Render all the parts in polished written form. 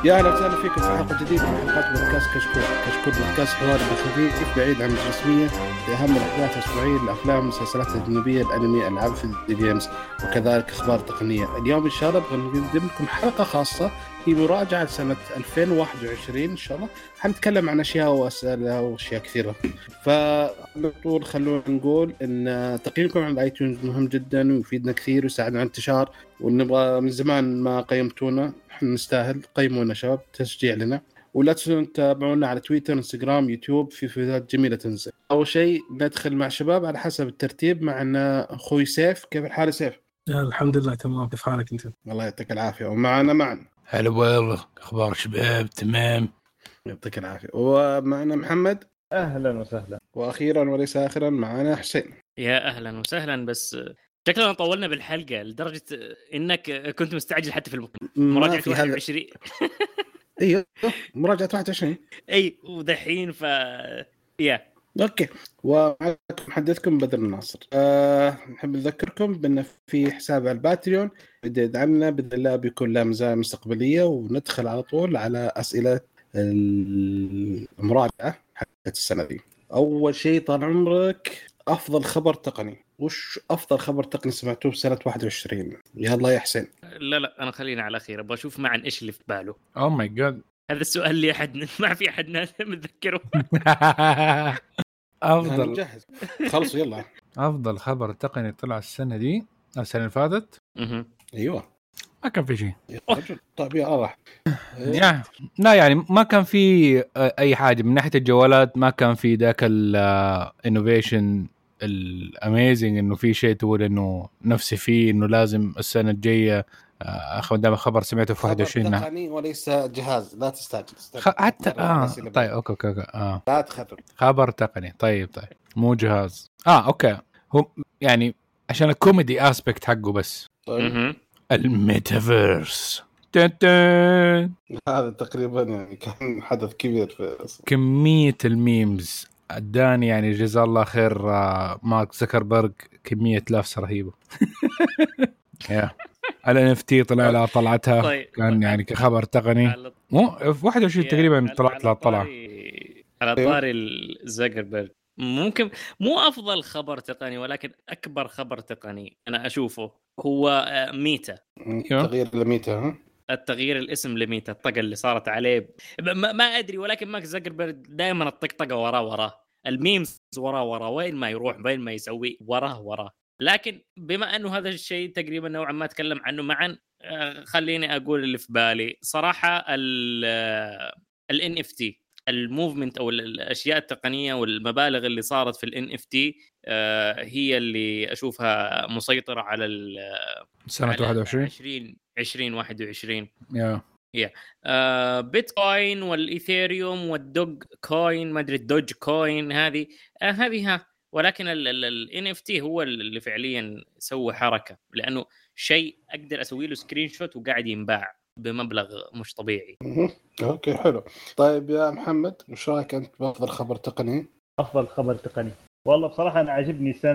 يا اهلا وسهلا فيكم في حلقه جديده من حلقات بودكاست كشكول. كشكول بودكاست حواري خفيف بعيد عن الرسميه باهم الاحداث الاسبوعيه، الافلام والمسلسلات الاجنبيه، الانمي، العاب الفيديو جيمز، وكذلك اخبار تقنيه. اليوم ان شاء الله بنقدم لكم حلقه خاصه في مراجعه سنه 2021. ان شاء الله حنتكلم عن اشياء واسئله واشياء كثيره. فطول خلونا نقول ان تقييمكم على الايتونز مهم جدا ويفيدنا كثير ويساعدنا على الانتشار، ونبغى من زمان ما قيمتونا، احنا نستاهل. قيمونا شباب، تشجيع لنا. ولا تنسون تتابعونا على تويتر، انستغرام، يوتيوب، في فيديوهات جميلة تنزل. أول شيء ندخل مع شباب على حسب الترتيب. معنا أخوي سيف. كيف الحال سيف؟ الحمد لله تمام. كيف حالك أنت؟ الله يعطيك العافية. ومعنا معا هلا والله، أخبار شباب؟ تمام، يعطيك العافية. ومعنا محمد. أهلا وسهلا. وأخيرا وليس آخرا معنا حسين. يا أهلا وسهلا. بس شكلنا طولنا بالحلقة لدرجة إنك كنت مستعجل حتى في مراجعة 21. ايوه مراجعة 21. اي ودحين يا اوكي. ومعكم محدثكم بدر الناصر. نحب نذكركم بأن في حساب على الباتريون بدأ يدعمنا بإذن الله، بيكون له مزايا مستقبلية، وندخل على طول على أسئلة المراجعة حقت السنة دي. أول شيء طال عمرك، أفضل خبر تقني. وش أفضل خبر تقني سمعتوه بسنة 21؟ يلا يا حسين. لا أنا خلينا على الأخير، أبغى أشوف معا إيش اللي في باله. أوه ماي جاد، هذا السؤال اللي أحد ما في أحد متذكره. أفضل جاهز خلص يلا. أفضل خبر تقني طلع السنة دي، السنة اللي فاتت. أيوة ما كان في شيء. طيب يا الله. لا يعني ما كان في أي حاجة من ناحية الجوالات. ما كان في ذاك الانوفيشن الاميزنج انه في شيء تقول انه نفسي فيه انه لازم السنة الجاية اخذ دام خبر سمعته في 21 تقني وليس جهاز. لا تستعجل حتى طيب اوكي لا تخرب. خبر تقني. طيب مو جهاز. اوكي. هو يعني عشان الكوميدي اسبكت حقه بس. طيب. الميتافيرس هذا تقريبا يعني كان حدث كبير في كمية الميمز اداني يعني جزاه الله خير مارك زكربرغ. كمية لافس رهيبة. يا على NFT طلع لها طلعتها. طيب. كان يعني كخبر تقني مو في 21 تقريبا طلعت لها طلعة. على طاري الزكربرغ، ممكن مو أفضل خبر تقني ولكن أكبر خبر تقني أنا أشوفه هو ميتا. تغيير الميتا. التغيير الاسم لميتا، الطقة اللي صارت عليه ما أدري، ولكن مارك زكربرغ دائما الطقطقة وراه الميمز وراه وين ما يروح وين ما يسوي وراه. لكن بما أنه هذا الشيء تقريبا نوعا ما أتكلم عنه معا، خليني أقول اللي في بالي صراحة. ال NFT، الموفمنت أو الأشياء التقنية والمبالغ اللي صارت في ال NFT هي اللي أشوفها مسيطرة على سنة 2021. يا بيتكوين والإيثيريوم والدوج كوين، ما أدري الدوج كوين هذه ولكن ال NFT هو اللي فعليا سوى حركة، لأنه شيء أقدر أسوي له سكرين شوت وقاعد ينباع بمبلغ مش طبيعي. اوكي حلو. طيب يا محمد، وش رايك انت بافضل خبر تقني؟ افضل خبر تقني والله بصراحه انا عجبني سنه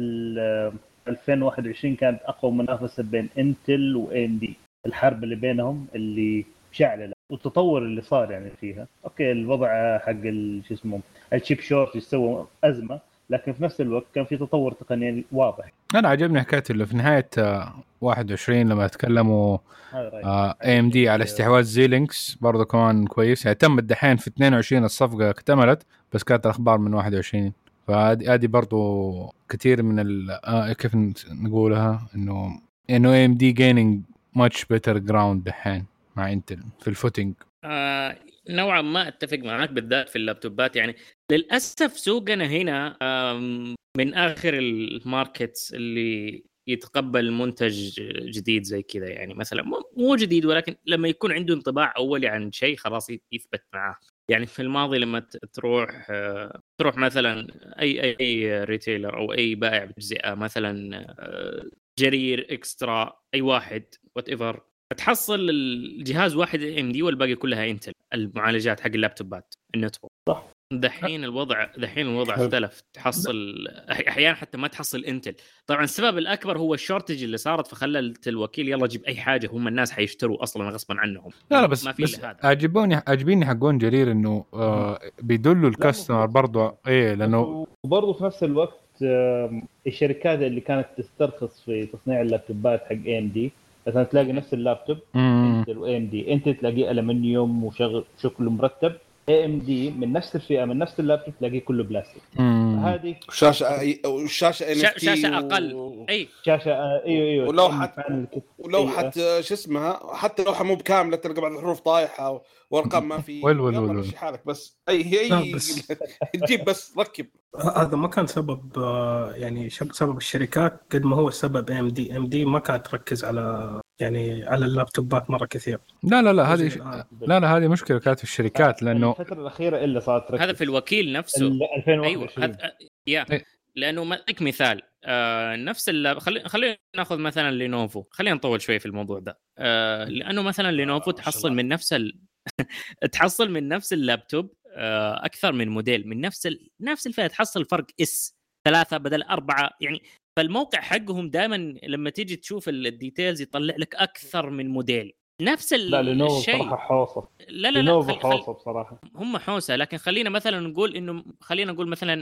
2021 كانت اقوى منافسه بين انتل وAMD. الحرب اللي بينهم اللي شعلله والتطور اللي صار يعني فيها. اوكي الوضع حق شو اسمه الشيب شورت يسوي ازمه، لكن في نفس الوقت كان في تطور تقني واضح. انا عجبني حكايه اللي في نهايه 21 لما تكلموا AMD على استحواذ زيلينكس، برضو كمان كويس. يعني تم الدحين في 22 الصفقه اكتملت، بس كانت الاخبار من 21. فهذه برضو كثير من كيف نقولها انه AMD gaining much better ground دحين مع انتل في الفوتينج. نوعا ما اتفق معك بالذات في اللابتوبات. يعني للاسف سوقنا هنا من اخر الماركتس اللي يتقبل منتج جديد زي كذا. يعني مثلا مو جديد، ولكن لما يكون عنده انطباع اولي عن شيء خلاص يثبت معاه. يعني في الماضي لما تروح مثلا اي ريتيلر او اي بائع بتجزئه، مثلا جرير اكسترا اي واحد وات ايفر، تحصل الجهاز واحد AMD والباقي كلها انتل. المعالجات حق اللابتوبات النتبوك صح. دحين الوضع اختلف. تحصل احيانا حتى ما تحصل انتل. طبعا السبب الاكبر هو الشورتج اللي صارت، فخلت الوكيل يلا جيب اي حاجه هم الناس حيشتروا اصلا غصبا عنهم. لا بس ما في بس هذا. عجبوني حقون جرير انه بيدلوا الكاستمر برضو ايه، لانه وبرضه في نفس الوقت الشركات اللي كانت تسترخص في تصنيع اللابتوبات حق AMD مثلا تلاقي نفس اللابتوب انتل وAMD، انت تلاقيه ألمنيوم وشغل شكله مرتب، AMD من نفس الفئه من نفس اللابتوب تلاقيه كله بلاستيك. هذه والشاشه شاشه اقل اي شاشه ايوه ولوحه شو اسمها، حتى لوحه مو بكامله تلقى بعض الحروف طايحه وارقام ما في. يلا مشي حالك بس اي بس تجيب بس ركب. هذا ما كان سبب يعني سبب الشركات قد ما هو سبب AMD ما كانت تركز على اللابتوبات مره كثير. لا هذه مشكله كانت في الشركات، لانه الفتره الاخيره الا صارت تركز. هذا في الوكيل نفسه 2021. ايوه لانه ما لك مثال نفس خلينا ناخذ مثلا لينوفو. خلينا نطول شوي في الموضوع ده لانه مثلا لينوفو تحصل من تحصل من نفس اللابتوب اكثر من موديل من نفس الفئه، تحصل فرق اس 3 بدل 4 يعني. فالموقع حقهم دائما لما تيجي تشوف الديتيلز يطلع لك اكثر من موديل نفس الشيء. صراحه حوصه. لا حوصه بصراحه. هم حوسه، لكن خلينا مثلا نقول مثلا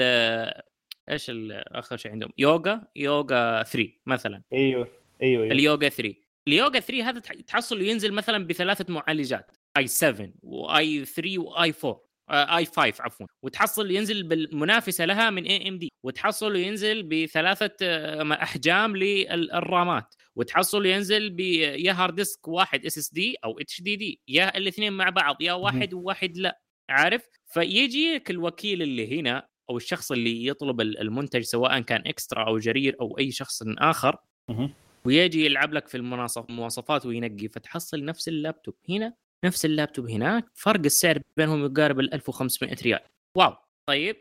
ايش اخر شيء عندهم يوغا 3 مثلا. ايوه اليوغا 3 هذا تحصل ينزل مثلا بثلاثه معالجات i7 واي3 واي4 i5 عفوا، وتحصل ينزل بالمنافسه لها من AMD، وتحصل ينزل بثلاثه احجام للرامات، وتحصل ينزل بيا هارد ديسك واحد SSD او HDD، يا الاثنين مع بعض يا واحد وواحد لا عارف. فيجيك الوكيل اللي هنا او الشخص اللي يطلب المنتج سواء كان اكسترا او جرير او اي شخص اخر ويجي يلعب لك في المواصفات وينقي، فتحصل نفس اللابتوب هنا نفس اللابتوب هناك، فرق السعر بينهم يقارب 1500 ريال. واو. طيب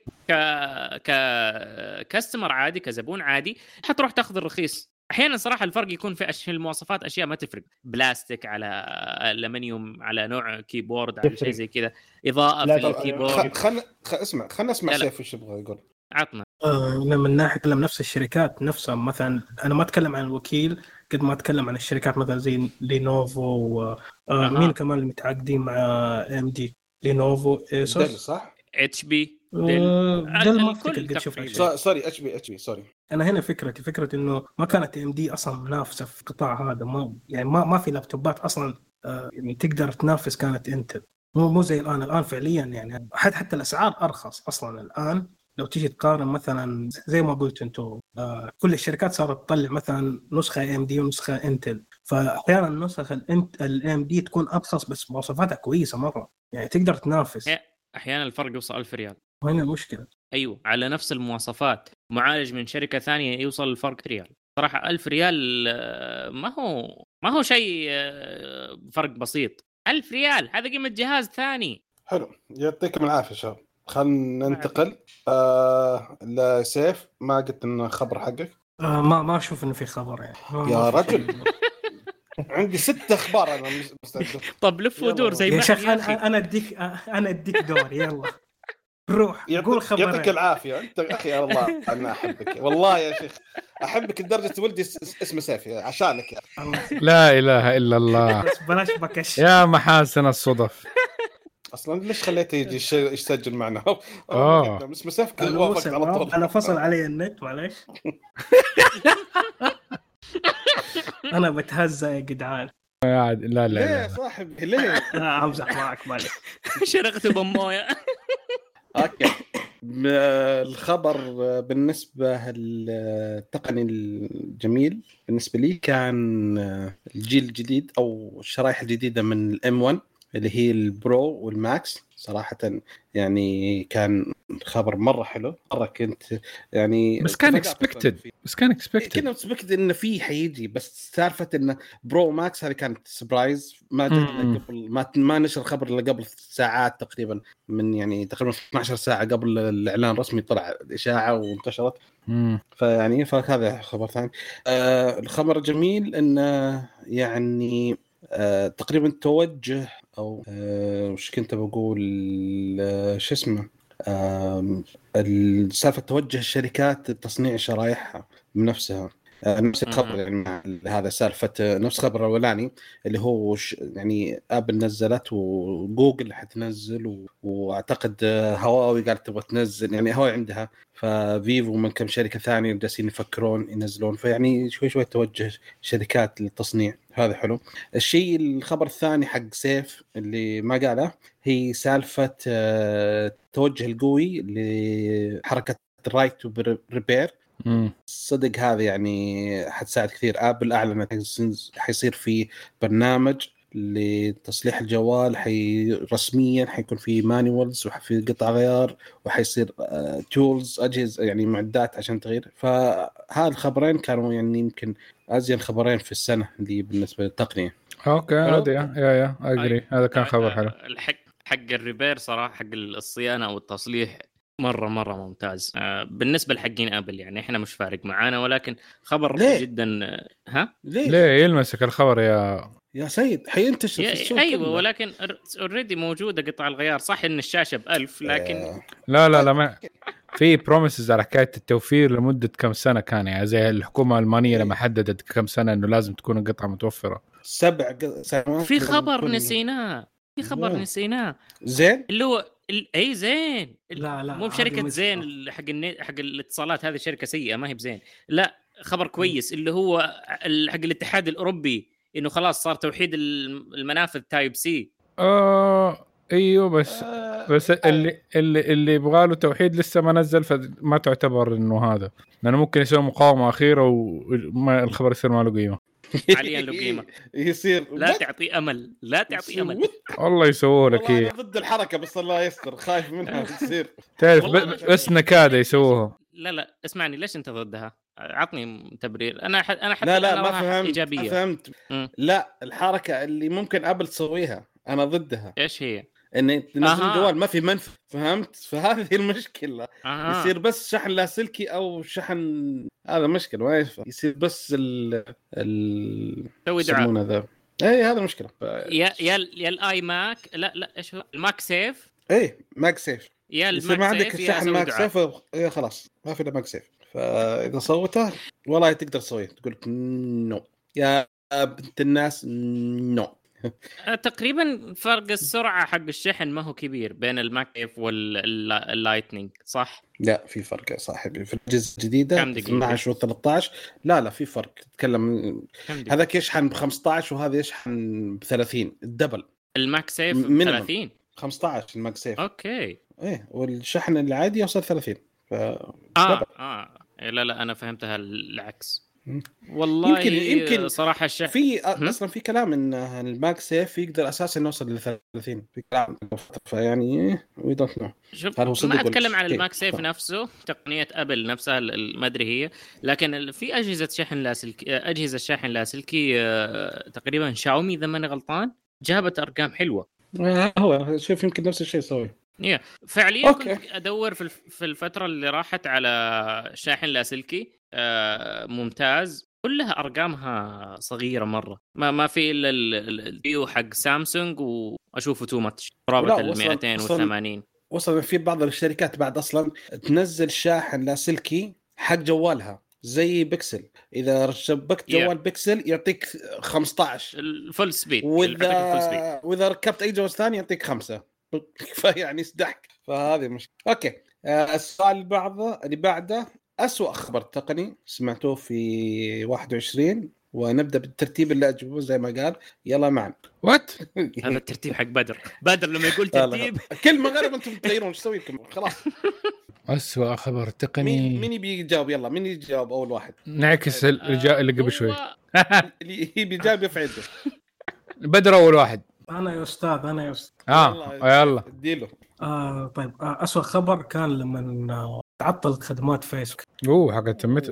كاستمر عادي كزبون عادي حتروح تاخذ الرخيص. احيانا صراحه الفرق يكون في المواصفات اشياء ما تفرق، بلاستيك على ألمنيوم على نوع كيبورد على شيء زي كذا، اضاءه في الكيبورد. خلنا اسمع سيف ايش يبغى يقول. عطنا من ناحيه لما نفس الشركات نفسها، مثلا انا ما اتكلم عن الوكيل قد ما اتكلم عن الشركات مثلا زي لينوفو مين كمان اللي متعاقدين مع AMD. لينوفو ديل صح HP ديل ما قد شوف سوري HP سوري. انا هنا فكره انه ما كانت AMD اصلا منافسه في القطاع هذا، ما في لابتوبات اصلا يعني تقدر تنافس كانت انتل، مو زي الان فعليا يعني حتى الاسعار ارخص اصلا الان. لو تيجي تقارن مثلا زي ما قلت انتم كل الشركات صارت تطلع مثلا نسخه AMD ونسخه انتل، فاحيانا النسخه AMD تكون ارخص بس مواصفاتها كويسه مره يعني تقدر تنافس. احيانا الفرق يوصل 1000 ريال. وهنا المشكله ايوه على نفس المواصفات معالج من شركه ثانيه يوصل الفرق ريال. صراحه 1000 ريال ما هو شيء فرق بسيط. 1000 ريال هذا قيمه جهاز ثاني. حلو يعطيكم العافيه شباب. خلينا ننتقل لسيف. ما قلت إن خبر حقك ما اشوف انه في خبر يعني يا رجل. عندي 6 اخبار انا مستعد. طب لف ودور زي ما يا شيخ انا اديك دور يلا روح قول خبر. يعطيك العافيه انت اخي. يا الله انا احبك والله يا شيخ، احبك لدرجه ولدي اسمه سيف عشانك يا اخي. لا اله الا الله. بس بلاش بكش يا محاسن الصدف. اصلا ليش خليته يجي يسجل معنا؟ اسمه سيف كل وافقت على طول. انا فصل علي النت معليش. انا بتهزأ يا جدعان. لا ليه صاحبي ليه؟ امزح معك مالك. شرقت بمويه. اوكي الخبر بالنسبه للتقني الجميل بالنسبه لي كان الجيل الجديد او الشرائح الجديده من الM1 اللي هي البرو والماكس. صراحة يعني كان خبر مرة حلو مرة. كنت يعني بس كان expected إنه فيه حيجي، بس سالفة إنه برو ماكس هذه كانت سبرايز. ما قبل ما نشر الخبر إلا قبل ساعات تقريبا، من يعني تقريبا 12 ساعة قبل الإعلان الرسمي طلع الإشاعة وانتشرت. فهذا خبر ثاني. الخبر الجميل إنه يعني تقريبا توجه او وش كنت بقول شو اسمه سالفة توجه الشركات تصنيع شرائحها بنفسها. نفس الخبر يعني مع هذا سالفة نفس الخبر الأولاني اللي هو يعني أبل نزلت وجوجل حتنزل وأعتقد هواوي قالت تبغى تنزل، يعني هواوي عندها، ففيفو من كم شركة ثانية جالسين يفكرون ينزلون، فيعني شوي شوي توجه شركات للتصنيع، هذا حلو. الشيء الخبر الثاني حق سيف اللي ما قاله هي سالفة توجه القوي لحركة رايت تو ريبير. صدق هذا يعني حتساعد كثير. آبل أعلنت حيصير في برنامج لتصليح الجوال، رسميا حيكون في مانيوالز وفي قطع غيار، وحيصير تولز أجهزة يعني معدات عشان تغيير. فهذا الخبرين كانوا يعني يمكن أزين خبرين في السنة دي بالنسبة للتقنية. اوكي هذا يا اجري هذا كان خبر حلو. حق الريبير صراحه، حق الصيانه او التصليح مره ممتاز. بالنسبه لحقين ابل يعني احنا مش فارق معانا، ولكن خبر ليه؟ جدا. ليه يلمسك الخبر يا سيد حينتشر في السوق ايوه كله. ولكن اوريدي موجوده قطع الغيار، صح ان الشاشه ب1000 لكن لا ما في بروميسز على حكايه التوفير لمده كم سنه كان، يعني زي الحكومه الالمانيه لما حددت كم سنه انه لازم تكون القطعه متوفره 7 سنوات. في خبر نسيناه زين اللي هو اي زين. لا مو بشركه زين حق الاتصالات، هذه شركه سيئه ما هي بزين. لا خبر كويس اللي هو حق الاتحاد الاوروبي انه خلاص صار توحيد المنافذ تايب سي. ايوه بس اللي يبغى له توحيد لسه ما نزل، فما تعتبر انه هذا، لانه ممكن يسوي مقاومه اخيره وما الخبر يصير ما له قيمه. حاليا له قيمه يصير. لا تعطي امل والله يسووه لك انا ضد الحركه بس الله يستر، خايف منها تصير. تعرف بس نكاده يسووها. لا اسمعني، ليش انت ضدها؟ عطني تبرير. انا حتى لا ما فهمت إيجابية. فهمت. لا الحركه اللي ممكن ابل تسويها انا ضدها. ايش هي؟ ان تنزل الجوال ما في منفذ، فهمت؟ فهذه المشكله. يصير بس شحن لاسلكي او شحن، هذا مشكله ما ينفع. يصير بس سوي دعاء هذا. اي هذا مشكله. يا الاي ماك، لا ايش هو الماك سيف؟ اي ماك سيف. يا الماك ما عندك شحن ماك سيف خلاص ما في الا ماك سيف. فاذا صوته والله تقدر تسويه، تقول نو يا بنت الناس نو. تقريبا فرق السرعه حق الشحن ما هو كبير بين الماك سيف واللايتنينج، صح؟ لا في فرق صاحبي في الجزء الجديده 12 و13. لا في فرق. تتكلم هذاك يشحن ب15 وهذا يشحن ب30 الدبل. الماك سيف 30 15 الماك سيف. اوكي ايه والشحن العادي يوصل 30. لا انا فهمتها العكس. والله يمكن صراحه الشحن في اصلا في كلام ان الماك سيف يقدر اساسا يوصل ل 30 في كلام، فيعني وي دونت نو. ما اتكلم عن الماك سيف نفسه، تقنيه ابل نفسها ما ادري هي، لكن في اجهزه شحن لاسلكي تقريبا شاومي اذا ماني غلطان جابت ارقام حلوه. هو شوف يمكن نفس الشيء يسوي فعليا. كنت ادور في الفتره اللي راحت على شاحن لاسلكي ممتاز، كلها ارقامها صغيره مره، ما في الا الفيو حق سامسونج واشوفه تو ماتش قرابه ال 280. وصل في بعض الشركات بعد اصلا تنزل شاحن لاسلكي حق جوالها زي بيكسل. اذا شبكت جوال بيكسل يعطيك 15 الفول سبيد، واذا ركبت اي جوال ثاني يعطيك 5. فيعني صدحك. فهذه مش اوكي. السؤال اللي بعده أسوأ خبر تقني سمعتوه في 21، ونبدأ بالترتيب اللي أجيبه زي ما قال. يلا معا وات هذا الترتيب حق بدر لما يقول ترتيب كلمة غير ما أنتم تغيرون ايش تسوي لكم خلاص. أسوأ خبر تقني. مين يبي يجاوب؟ يلا مين يجاوب أول واحد؟ نعكس اللي قبل شوي. اللي يجاوب يفعله. بدر أول واحد. أنا يا أستاذ يلا اديله. طيب أسوأ خبر كان لما تعطلت خدمات فيسبوك. حقت تمت.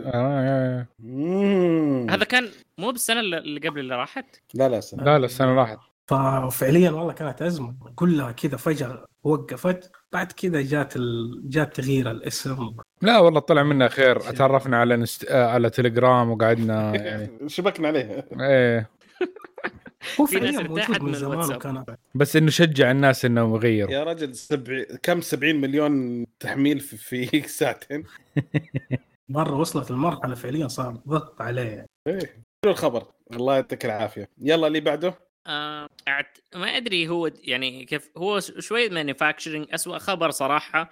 هذا كان مو بالسنة اللي قبل اللي راحت. لا السنة راحت. ففعليا والله كانت أزمة كلها كذا، فجأة وقفت. بعد كذا جات تغيير الاسم. لا والله طلع منا خير. اتعرفنا على تليجرام وقعدنا يعني شبكنا عليه. ايه هو في ناس فعليا ارتاحت موجود من من زمان الواتساب. وكان بس انه شجع الناس انهم يغيروا. يا رجل كم 70 مليون تحميل في ساعتين. مرة وصلت المرحلة فعليا صار ضغط عليه يعني. ايه شو الخبر؟ الله يعطيك العافيه. يلا اللي بعده. ما ادري هو يعني كيف هو شويه مانيفاكتشرنج. اسوأ خبر صراحه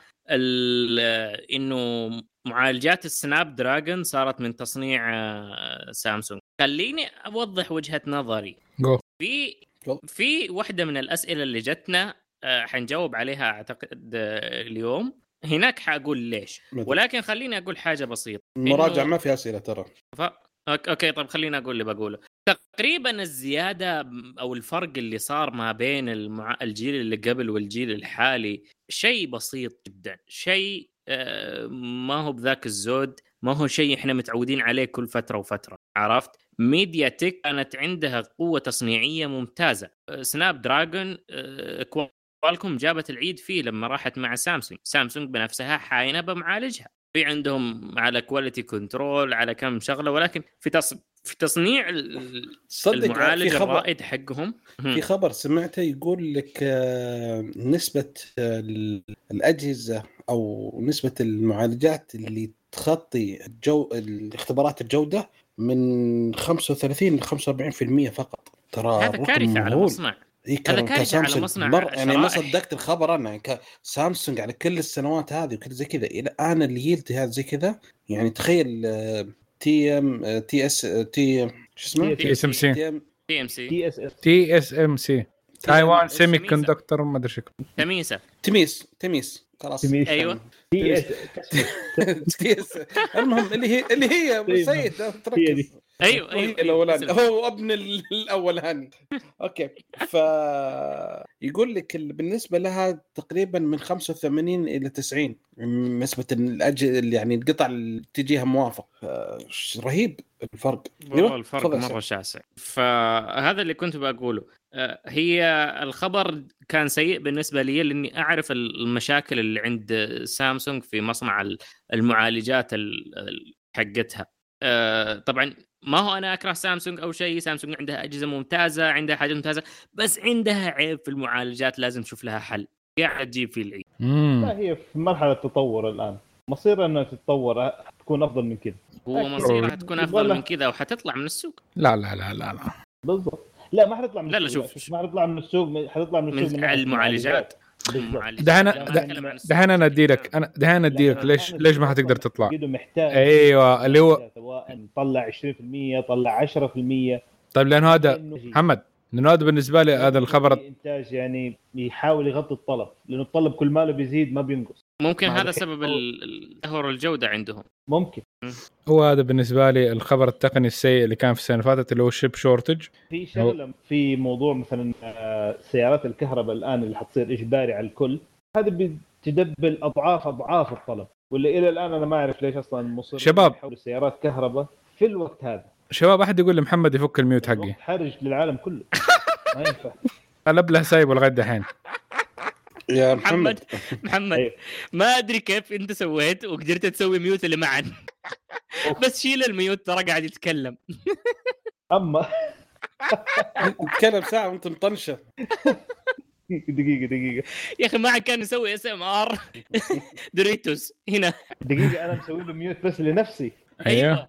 انه معالجات السناب دراجون صارت من تصنيع سامسونج. خليني اوضح وجهة نظري. جو. في واحدة من الاسئله اللي جتنا حنجاوب عليها اعتقد اليوم هناك، حاقول ليش، ولكن خليني اقول حاجه بسيطه. مراجعه ما في اسئله ترى. اوكي طيب خليني اقول اللي بقوله. تقريبا الزياده او الفرق اللي صار ما بين الجيل اللي قبل والجيل الحالي شيء بسيط جدا، شيء ما هو بذاك الزود، ما هو شيء احنا متعودين عليه كل فتره وفتره. عرفت؟ ميديا تك كانت عندها قوه تصنيعيه ممتازه. سناب دراجون كوالكوم جابت العيد فيه لما راحت مع سامسونج بنفسها حاينه بمعالجها. في عندهم على كواليتي كنترول على كم شغله، ولكن في تصنيع المعالج الرائد حقهم. في خبر سمعته يقول لك نسبة الأجهزة أو نسبة المعالجات اللي تخطي اختبارات الجودة من 35 ل 45% فقط. ترى هذا كارثة على مصنع. هذا كارثة على مصنع. يعني ما صدقت الخبر أنا يعني سامسونج على كل السنوات هذه وكذا زي كذا إلى الآن اللي يلتي هذا زي كذا. يعني تخيل تي اس ام سي تايوان سيمي كوندكتور ما ادري شو تميس خلاص. ايوه تميس المهم اللي هي سيد تركز. ايوه الاولاني هو ابن الاولاني. اوكي يقول لك بالنسبه لها تقريبا من 85 الى 90 نسبه الاجل يعني القطع اللي تجيها موافق. رهيب الفرق. والله الفرق مره شاسع. فهذا اللي كنت بقوله. هي الخبر كان سيء بالنسبه لي لاني اعرف المشاكل اللي عند سامسونج في مصنع المعالجات حقتها. طبعا ما هو انا اكره سامسونج او شيء. سامسونج عندها اجهزه ممتازه، عندها حاجات ممتازه، بس عندها عيب في المعالجات لازم تشوف لها حل. قاعد تجيب في العيد. لا هي في مرحله تطور الان، مصيرها انها تتطور تكون افضل من كذا. هو مصيرها تكون افضل من كذا وحتطلع من السوق. لا بالضبط. لا ما حتطلع من السوق. لا شوف ما حتطلع من السوق، حتطلع من السوق من المعالجات. دهنا انا اديلك ليش ما حتقدر تطلع. ايوه اللي هو طلع 20% طلع 10%. طيب لانه هذا محمد لانه هذا بالنسبه لي هذا الخبر الانتاج يعني يحاول يغطي الطلب، لانه الطلب كل ما له بيزيد ما بينقص. ممكن هذا سبب تدهور الجوده عندهم. ممكن. هو هذا بالنسبه لي الخبر التقني السيء اللي كان في السنه اللي فاتت اللي هو الشيب شورتج. في شغله في موضوع مثلا سيارات الكهرباء الان اللي حتصير اجباري على الكل، هذا بتدبل اضعاف الطلب، ولا الى الان انا ما اعرف ليش اصلا مصر شباب يحولوا سيارات كهرباء في الوقت هذا. شباب احد يقول لمحمد يفك الميوت حقي. حرج للعالم كله ما ينفع. قلب له سايبه لغايه دحين. يا محمد أيوه. ما ادري كيف انت سويت وقدرت تسوي ميوت اللي معن. بس شيل الميوت ترى قاعد يتكلم. اما تكلم ساعه وانت مطنشه. دقيقه يا اخي ما كان يسوي SMR دوريتوس هنا. دقيقه انا مسوي له ميوت بس لنفسي. ايوه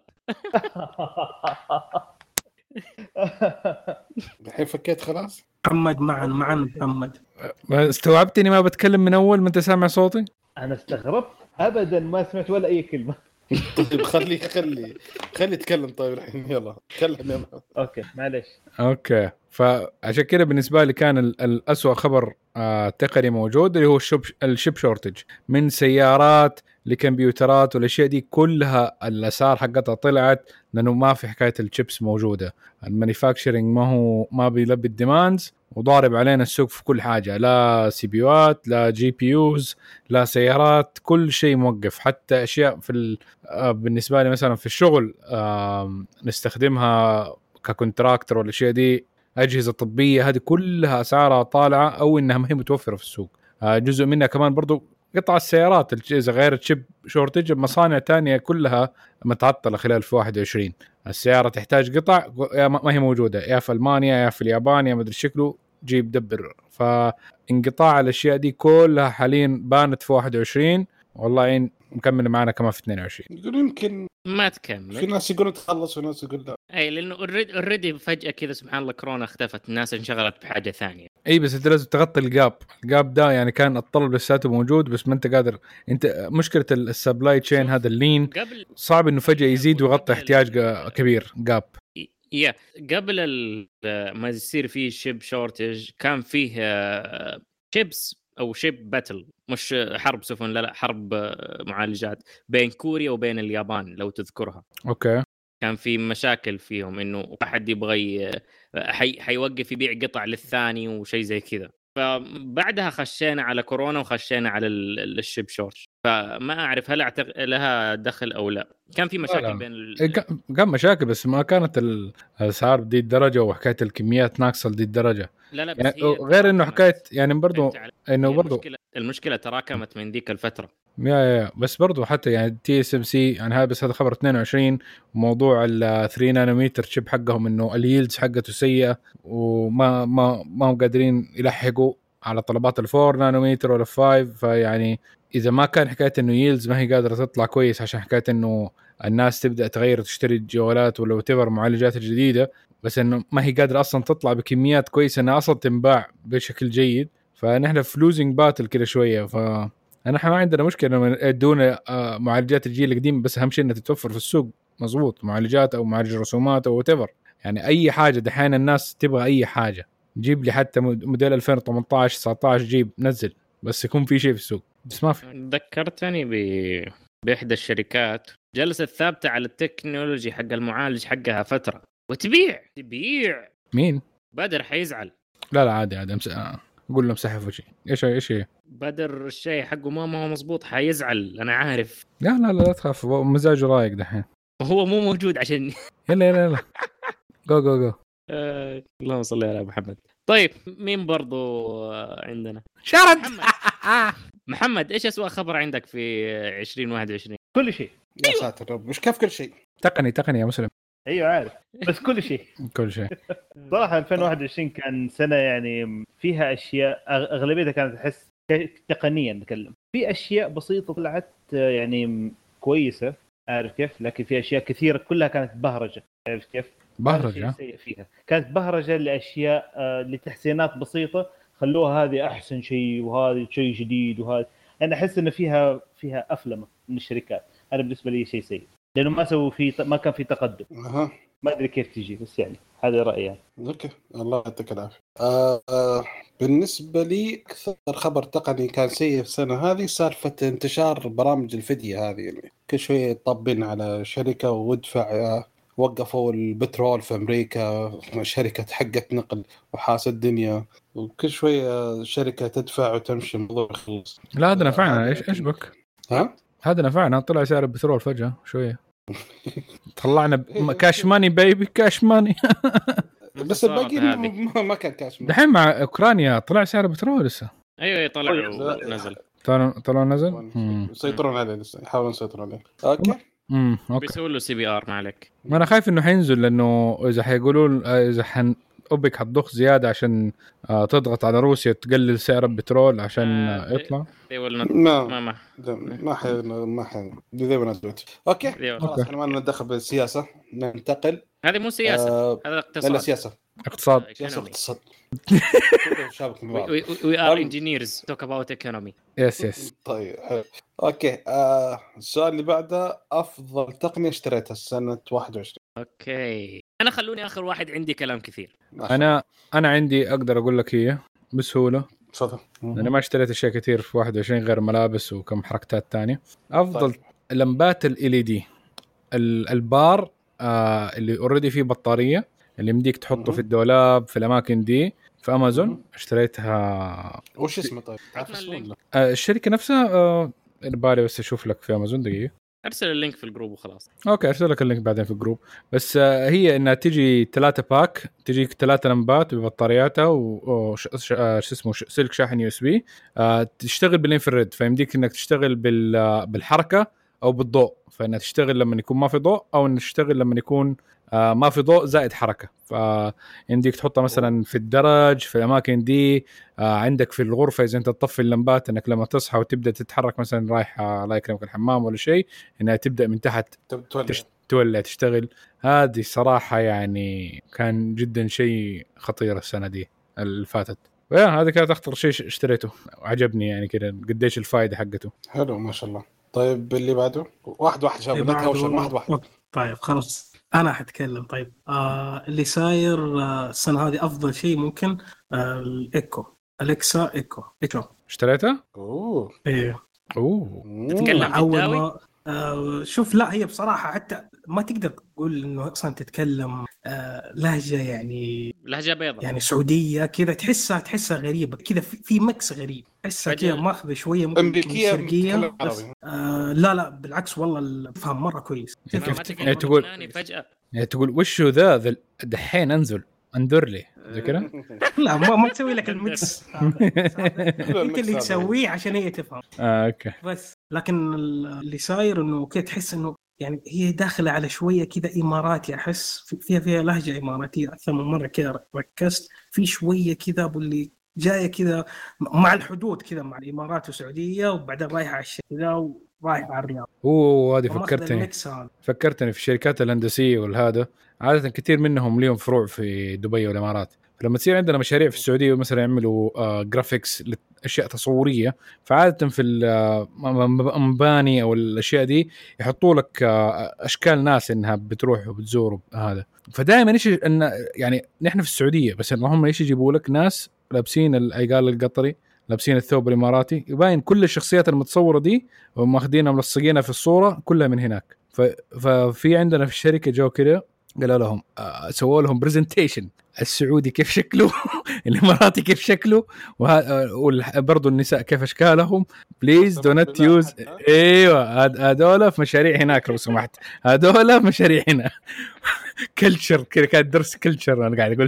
الحين فكيت خلاص. محمد معا محمد استوعبتني ما بتكلم من اول ما انت سامع صوتي. انا استغربت ابدا ما سمعت ولا اي كلمه. طيب خلي يتكلم. طيب الحين يلا تكلم يلا. اوكي معليش. اوكي فعشان كده بالنسبه لي كان الأسوأ خبر تقني موجود اللي هو الشيب شورتج من سيارات لكمبيوترات والاشياء دي كلها. الاسعار حقتها طلعت لانه ما في حكايه الشيبس موجوده. المانيفاكتشرنج ما بيلبي الديماندز وضارب علينا السوق في كل حاجه. لا سي بي يوات لا جي بي يوز لا سيارات، كل شيء موقف. حتى اشياء في بالنسبه لي مثلا في الشغل نستخدمها ككونتراكتور والاشياء دي، اجهزه طبيه، هذه كلها اسعارها طالعه او انها ما هي متوفره في السوق. جزء منها كمان برضو قطع السيارات إذا غير تشيب شورتج، مصانع تانية كلها متعطلة خلال في 21. السيارة تحتاج قطع ما هي موجودة، يا في ألمانيا يا في اليابان يا مدري شكله جيب دبر. فانقطاع الأشياء دي كلها حاليا بانت في 21، والله مكمل معنا كمان في 22. يقول يمكن ما تكمل. في ناس يقولون تخلص وناس يقول لا. اي لانه اوريدي فجاه كذا سبحان الله كورونا اختفت، الناس انشغلت بحاجه ثانيه. اي بس انت لازم تغطي الجاب ده، يعني كان الطلب لساته موجود بس ما انت قادر. انت مشكله السبلاي تشين هذا اللين صعب انه فجاه يزيد ويغطي احتياج كبير جاب. يا قبل ما يصير فيه شيب شورتج كان فيه شيبس او شيب باتل، مش حرب سفن، لا حرب معالجات بين كوريا وبين اليابان لو تذكرها. اوكي. كان في مشاكل فيهم انه احد يبغى حيوقف يبيع قطع للثاني وشيء زي كذا. فبعدها خشينا على كورونا وخشينا على الشيب شورت، فما اعرف هل لها دخل او لا. كان في مشاكل بين كان مشاكل بس ما كانت الاسعار بدي الدرجه وحكايه الكميات ناقصه لدي الدرجه. لا يعني غير انه حكايه يعني برضو انه برضو المشكله تراكمت من ذيك الفتره. يا بس برضو حتى يعني تي اس ام سي يعني هذا بس هذا خبر 22. وموضوع ال 3 نانومتر شيب حقهم انه اليلدز حقته سيئه وما ما هم قادرين يلحقوا على طلبات ال 4 نانومتر ولا 5. فيعني اذا ما كان حكايه انه ييلدز ما هي قادره تطلع كويس عشان حكايه انه الناس تبدا تغير وتشتري الجوالات ولا تبر معالجات الجديده، بس انه ما هي قادره اصلا تطلع بكميات كويسه انها اصلا تنباع بشكل جيد. فنحن في لوزنج باتل كده شويه. فانا ما عندنا مشكله انه يدونا معالجات الجيل القديم، بس اهم شيء انها تتوفر في السوق مزبوط، معالجات او معالج رسومات او whatever. يعني اي حاجه دحين الناس تبغى اي حاجه، جيب لي حتى موديل 2018 19 جيب نزل بس يكون في شيء في السوق، بس ما في. ذكرتني باحدى الشركات جلست ثابته على التكنولوجي حق المعالج حقها فتره وتبيع. مين؟ بدر حيزعل. لا عادي قول له مسحه في شيء. ايش بدر الشيء حقه ما هو مزبوط، حيزعل انا عارف. لا تخاف، مزاجه رايق دحين. هو مو موجود عشان يلا جو اللهم صل على محمد. طيب مين برضو عندنا؟ شرد محمد ايش اسوأ خبر عندك في 2021؟ كل شيء. يا ساتر رب، مش كيف كل شيء تقني يا مسلم. ايوه عارف بس كل شيء صراحه 2021 كان سنه يعني فيها اشياء اغلبيتها كانت تحس تقنيا نتكلم في اشياء بسيطه طلعت يعني كويسه، عارف كيف، لكن في اشياء كثيره كلها كانت بهرجه، عارف كيف، بهرجه فيها كانت بهرجه لاشياء لتحسينات بسيطه خلوها هذه احسن شيء وهذا شيء جديد. وهذا انا احس ان فيها افلمه من الشركات. انا بالنسبه لي شيء سيء لانه ما كان في تقدم. ما ادري كيف تجي، بس يعني هذا رايي يعني. اوكي الله يعطيك العافيه. بالنسبه لي اكثر خبر تقني كان سيء السنه هذه سالفه انتشار برامج الفديه هذه. يعني كل شويه طبين على شركه وادفع، وقفوا البترول في امريكا، شركه حقت نقل وحاس الدنيا، وكل شويه شركه تدفع وتمشي الموضوع يخلص. لا هذا نفعنا. ايش بك؟ هذا نفعنا، طلع سعر البترول فجاه شويه طلعنا كاش ماني بيبي كاش ماني بس الباقي ما كان كاش ماني. دحين مع اوكرانيا طلع سعر البترول لسه. ايوه طلع ونزل. طلع نزل. يسيطرون عليه لسه، يحاولون يسيطرون عليه. اوكي بيسووا له CBR ما عليك. ما انا خايف انه حينزل، لانه اذا حيقولون اذا اوبك حتضخ زياده عشان تضغط على روسيا تقلل سعر البترول عشان يطلع. ما ذي بنزلت. اوكي خلاص احنا ما ندخل بالسياسه، ننتقل. هذه مو سياسه، هذا اقتصاد. لا سياسه اقتصاد. we are engineers talk about economy. يس طيب حلو. اوكي السؤال اللي بعده، افضل تقنيه اشتريتها السنه 21. اوكي انا خلوني اخر واحد، عندي كلام كثير. انا عندي اقدر اقول لك هي بسهوله. تفضل. انا ما اشتريت اشياء كثير في 21 غير ملابس وكم حركتات تانية. افضل لمبات LED البار اللي اوريدي فيه بطاريه، اللي يمديك تحطه في الدولاب في الاماكن دي، في امازون اشتريتها. وش اسمه طيب؟ الشركه نفسها بالي، بس اشوف لك في امازون دقيقه. ارسل اللينك في الجروب وخلاص. اوكي ارسل لك اللينك بعدين في الجروب. بس هي انها تجي 3 باك، تجيك 3 لمبات ببطارياتها وش اسمه سلك شاحن يو اس بي، تشتغل بالانفراد، فيمديك انك تشتغل بالحركه او بالضوء، فانها تشتغل لما يكون ما في ضوء او انها تشتغل لما يكون ما في ضوء زائد حركه. فعندك تحطها مثلا في الدرج في الاماكن دي، عندك في الغرفه اذا انت تطفي اللمبات انك لما تصحى وتبدا تتحرك مثلا رايحه الله يكرمك الحمام ولا شيء، انها تبدا من تحت تولع تشتغل. هذه صراحه يعني كان جدا شيء خطير السنه دي اللي فاتت. هذا كانت اخطر شيء اشتريته وعجبني يعني كده قديش الفائده حقته. حلو ما شاء الله. طيب اللي بعده واحد شاب واحد. طيب خلاص انا حتكلم. طيب اللي صاير السنه هذه افضل شيء ممكن الايكو، اليكسا ايكو اشتريتها. ايه تتكلم اول ما شوف، لا هي بصراحه حتى ما تقدر تقول انه اصلا تتكلم لهجه يعني لهجه بيضاء يعني سعوديه كذا، تحسها غريبه كذا، في مكس غريب، تحسها كذا ماخذ شويه امريكيه لا بالعكس والله الفهم مره كويس. تقول فجاه تقول وشو ذا دحين انظر لي زي كذا. لا ما تسوي لك الميكس انت اللي تسويه عشان هي تفهم. اوكي بس لكن اللي صاير انه كده تحس انه يعني هي داخله على شويه كذا اماراتي، احس فيها لهجه اماراتيه اكثر من مره كذا، ركزت في شويه كذا باللي جايه كذا مع الحدود كذا مع الامارات والسعوديه، وبعدين رايحه على كذا ورايحه على الرياض. هذه فكرتني في الشركات الهندسيه والهذا، عاده كثير منهم ليهم فروع في دبي والامارات، فلما تصير عندنا مشاريع في السعوديه مثلا يعملوا جرافيكس اشياء تصوريه، فعاده في المباني او الاشياء دي يحطوا لك اشكال ناس انها بتروح وبتزور هذا. فدائما ايش ان يعني نحن في السعوديه بس ان هم ايش يجيبوا لك ناس لابسين العقال القطري، لابسين الثوب الاماراتي، يبين كل الشخصيات المتصوره دي وماخذينها ملصقينها في الصوره كلها من هناك. ففي عندنا في الشركه جو كده قالوا لهم سووا لهم برزنتيشن السعودي كيف شكله الاماراتي كيف شكله وبرضه النساء كيف اشكالهم، بليز دو نوت يوز. ايوه هذول في مشاريع هناك لو سمحت، هذول في مشاريع هنا كلتشر كذا، كان درس كلتشر انا قاعد اقول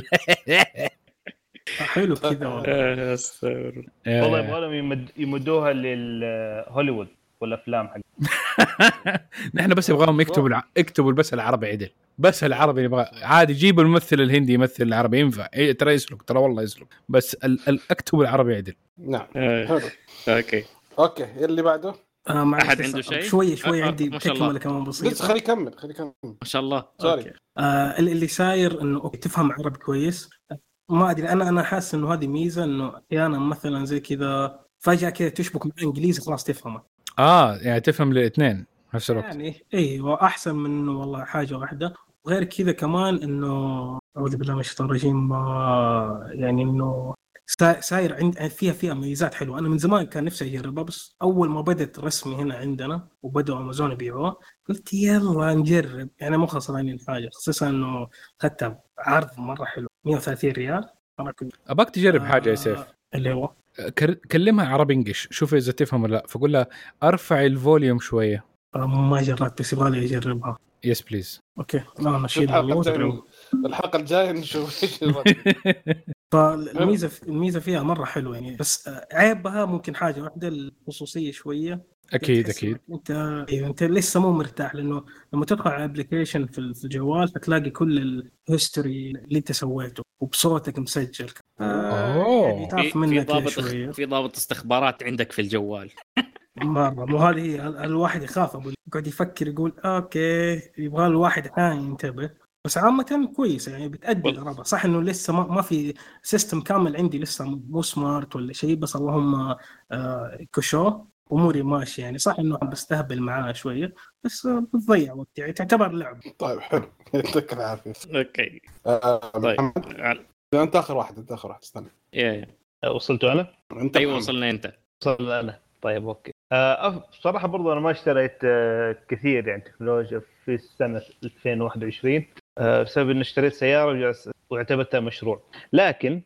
حلو كذا والله. والله يبغى لهم يمدوها للهوليوود والافلام حق نحن بس يبغاهم يكتبوا بس العربي عدل، بس العربي يبغى عادي، جيبوا الممثل الهندي يمثل العربي ينفع، ترى يسلك، ترى والله يسلك، بس اكتبوا العربي عدل. نعم حلو. اوكي اللي بعده احد عنده شيء شوي عندي تكمله كمان بسيطه بس خلي يكمل ما شاء الله. اللي صاير انه تفهم عربي كويس. ما ادري انا حاسس انه هذه ميزه، انه احيانا مثلا زي كذا فجاه كذا تشبك مع انجليزي خلاص تفهمه. يعني تفهم الاثنين نفس الوقت يعني ايوه احسن من انه والله حاجه واحده. وغير كذا كمان انه اعوذ بالله من الشيطان الرجيم، يعني انه ساير عند فيها ميزات حلوه. انا من زمان كان نفسي اجربها، بس اول ما بدت رسمي هنا عندنا وبدأوا امازون يبيعوها قلت يلا نجرب، يعني مو خسرانين حاجه، خصوصا انه اخذتها عرض مره حلو 130 ريال. اباك تجرب حاجه يا سيف اللي هو كلمها عربي انجلش، شوف اذا تفهم ولا لا، فقول لها ارفع الفوليوم شويه. ما جربت بس يبغالي اجربها. يس بليز. اوكي لا نشيل الحلقه الجايه نشوف ايش فالميزه فيها مره حلوه يعني، بس عيبها ممكن حاجه واحده، الخصوصيه شويه. اكيد انت لسه مو مرتاح، لانه لما تدخل على ابلكيشن في الجوال فتلاقي كل الهيستوري اللي انت سويته وبصوتك مسجل. يعني في ضابط استخبارات عندك في الجوال مرة. مو هذه الواحد يخاف يقعد يفكر يقول اوكي يبغى الواحد ثاني ينتبه. بس عامة كويسة يعني بتأدي الغرابة. صح انه لسه ما في سيستم كامل عندي، لسه مو سمارت ولا شيء، بس اللهم كشو اموري ماشي يعني. صح انه بستهبل معاه شوية بس بتضيع وقت يعني، تعتبر لعب. طيب حلو يعطيك العافية. اوكي طيب انت اخر واحد استنى. وصلتوا انا؟ ايوه وصلنا انت. وصلنا انا. طيب اوكي. بصراحة برضو انا ما اشتريت كثير يعني تكنولوجيا في السنة 2021 بسبب اني اشتريت سيارة واعتبرتها مشروع. لكن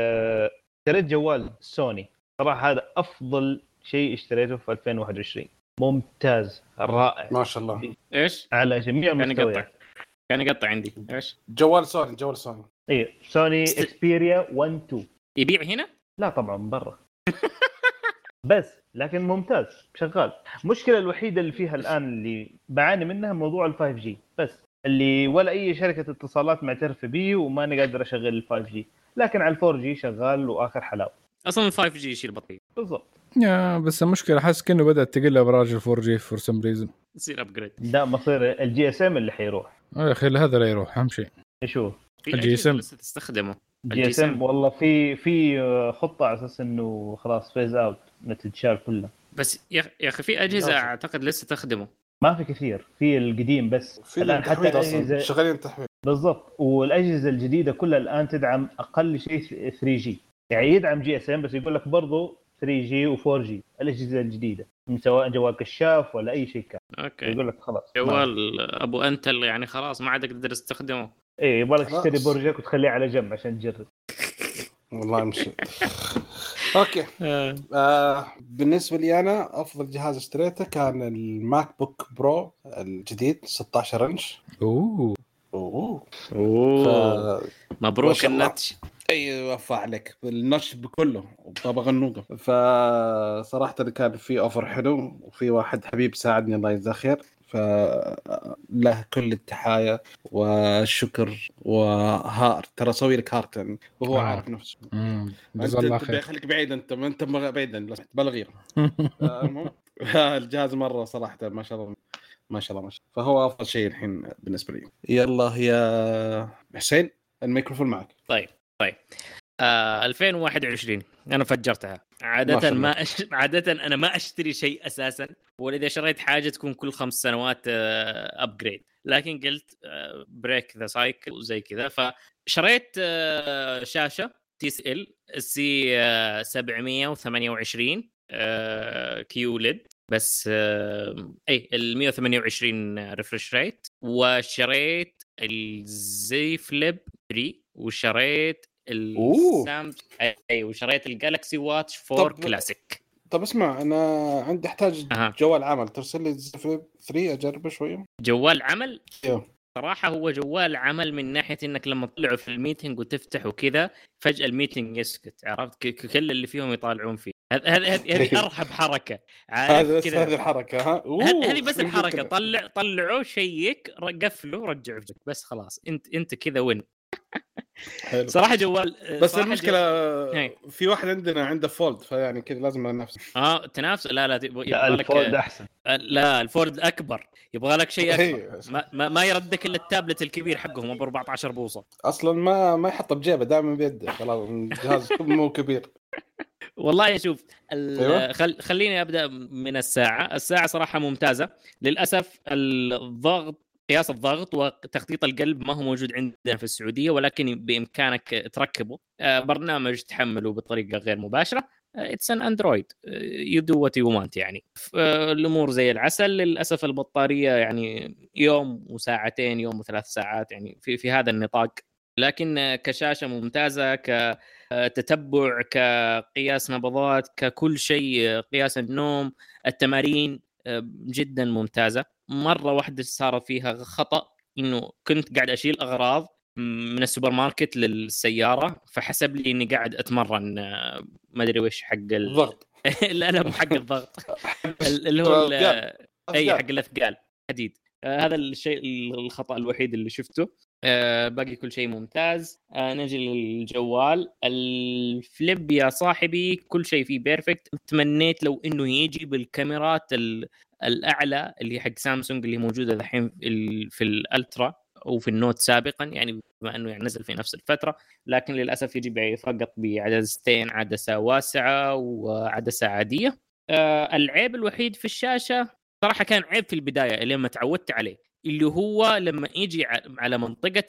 اشتريت جوال سوني صراحة، هذا افضل شيء اشتريته في 2021. ممتاز رائع ما شاء الله. ايش على جميع كان يقطع المستويات. كان يقطع عندي ايش جوال سوني. ايه سوني اكسبيريا 1 2. يبيع هنا لا طبعا من برا. بس لكن ممتاز شغال. المشكله الوحيده اللي فيها الان اللي بعاني منها موضوع ال 5G بس، اللي ولا اي شركه اتصالات معترفه به وما نقدر اشغل ال 5G، لكن على ال 4G شغال واخر حلاوه. اصلا ال 5G يشيل بطيء بالضبط. يا بس المشكله حاسس كأنه بدات تقل ابراج ال 4G فور سم ريزن. يصير ابجريد. لا مصير الجي اس ام اللي حيروح. يا اخي هذا لا يروح اهم شيء. شو الجي اس ام لسه تستخدمه جي اس ام؟ والله في خطه على اساس انه خلاص فيز اوت نتشال كلها. بس يا اخي في اجهزه اعتقد لسه تخدمه. ما في كثير، في القديم بس في التحويل اصلا شغالين تحويل. بالضبط. والاجهزه الجديده كلها الان تدعم اقل شيء 3G، يعني يدعم جي اس ام بس يقول لك برضه 3G و4G الاجهزه الجديده، من سواء جوال كشاف ولا اي شيء كان. اوكي يقول لك خلاص جوال ابو انتل يعني خلاص ما عاد تقدر تستخدمه. ايه يبغى لك تشتري برجك وتخليه على جنب عشان تجرب. والله مشي. اوكي. بالنسبه لي انا افضل جهاز اشتريته كان الماك بوك برو الجديد 16 انش. اوه مبروك النتش. ايوه وفى عليك بالنش بكله وبطابه غنوقه. فصراحه كان في اوفر حلو، وفي واحد حبيب ساعدني الله يجزاه خير، فله كل التحايا والشكر وهار. ترى سوي لك هارت يعني وهو عارف نفسه. جزاه الله خير. خليك بعيد انت بعيدا لا بلغير. الجهاز مره صراحه ما شاء الله ما شاء الله. فهو افضل شيء الحين بالنسبه لي. يلا يا حسين الميكروفون معك. طيب 2021 انا فجرتها. عاده انا ما اشتري شيء اساسا، واذا شريت حاجه تكون كل 5 سنوات ابجريد، لكن قلت بريك ذا سايكل وزي كذا. فشريت شاشه TCL سي 728 كيو ليد بس اي ال 128 ريفرش ريت، وشريت الزي فليب 3، وشريت السامسونج وشريت الجالكسي واتش 4 كلاسيك. طب اسمع انا عندي احتاج جوال عمل، ترسل لي الزي فليب 3 اجربه شويه. جوال عمل ايوه صراحه هو جوال عمل من ناحيه انك لما تطلعوا في الميتنج وتفتح وكذا فجاه الميتنج يسكت، عرفت كل اللي فيهم يطالعون فيه. هذه ارحب حركه، عارف كذا هذه الحركه. هذه بس الحركه. طلعوا شيك قفلوا رجعوا بس خلاص انت كذا وين. حلو. صراحه جوال بس المشكله في واحد عندنا عنده فولد، فيعني كذا لازم ننافس. تنافس. لا الفولد احسن. لا الفولد اكبر، يبغى لك شيء اكبر. ما يردك الا التابلت الكبير حقهم ابو 14 بوصه اصلا ما يحطه بجيبه دائما بيده. خلاص الجهاز مو كبير. والله شوف خليني ابدا من الساعه صراحه ممتازه. للاسف قياس الضغط وتخطيط القلب ما هو موجود عندنا في السعوديه، ولكن بامكانك تركبه. برنامج تحمله بطريقه غير مباشره. اتس ان اندرويد يو دو وات يو وانت يعني. الامور زي العسل. للاسف البطاريه يعني يوم وساعتين، يوم و3 ساعات، يعني في هذا النطاق. لكن كشاشه ممتازه، كتتبع، كقياس نبضات، ككل شيء، قياس النوم، التمارين، جدا ممتازه. مره واحده صار فيها خطا، انه كنت قاعد اشيل اغراض من السوبر ماركت للسياره، فحسب لي اني قاعد اتمرن ما ادري وش حق الضغط. لا انا حق الضغط اللي هو اي حق الاثقال حديد. هذا الشيء الخطا الوحيد اللي شفته. باقي كل شيء ممتاز. نجي للجوال الفليب يا صاحبي، كل شيء فيه بيرفكت. تمنيت لو انه يجي بالكاميرات الاعلى اللي حق سامسونج اللي موجوده الحين في الالترا وفي النوت سابقا، يعني بما انه يعني نزل في نفس الفتره، لكن للاسف يجي فقط بعدستين، عدسه واسعه وعدسه عاديه. العيب الوحيد في الشاشه صراحه كان عيب في البدايه اللي ما تعودت عليه، اللي هو لما يجي على منطقه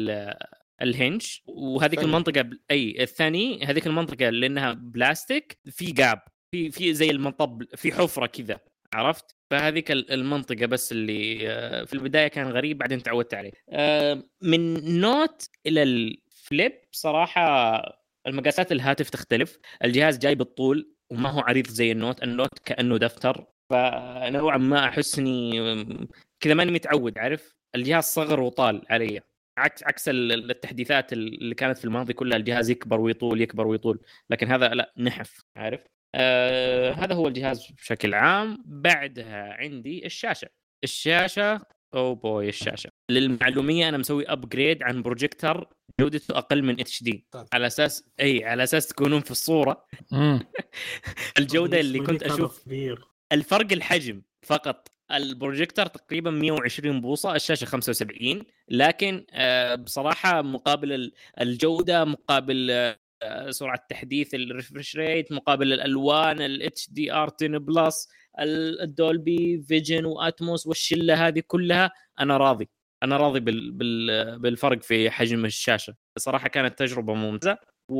الهنج، وهذيك المنطقه الثاني هذيك المنطقه لانها بلاستيك، في جاب في زي المطب، في حفره كذا، عرفت؟ فهذيك المنطقه بس اللي في البدايه كان غريب، بعدين تعودت عليه. من نوت الى الفليب صراحه المقاسات الهاتف تختلف. الجهاز جاي بالطول وما هو عريض زي النوت كانه دفتر، فنوعا ما احسني كذا ماني متعود، عارف الجهاز صغر وطال علي، عكس التحديثات اللي كانت في الماضي كلها الجهاز يكبر ويطول يكبر ويطول، لكن هذا لا نحف، عارف. هذا هو الجهاز بشكل عام. بعدها عندي الشاشة او بوي. الشاشة للمعلومية انا مسوي ابجريد عن بروجيكتور جودته اقل من HD على اساس تكونون في الصورة. الجودة اللي كنت اشوف الفرق الحجم فقط. البروجيكتور تقريبا 120 بوصة، الشاشة 75، لكن بصراحة مقابل الجودة، مقابل سرعة تحديث الريفرش ريت، مقابل الألوان HDR 10 بلس، الدولبي فيجن واتموس والشلة هذه كلها، أنا راضي بالفرق في حجم الشاشة. صراحة كانت تجربة ممتازة،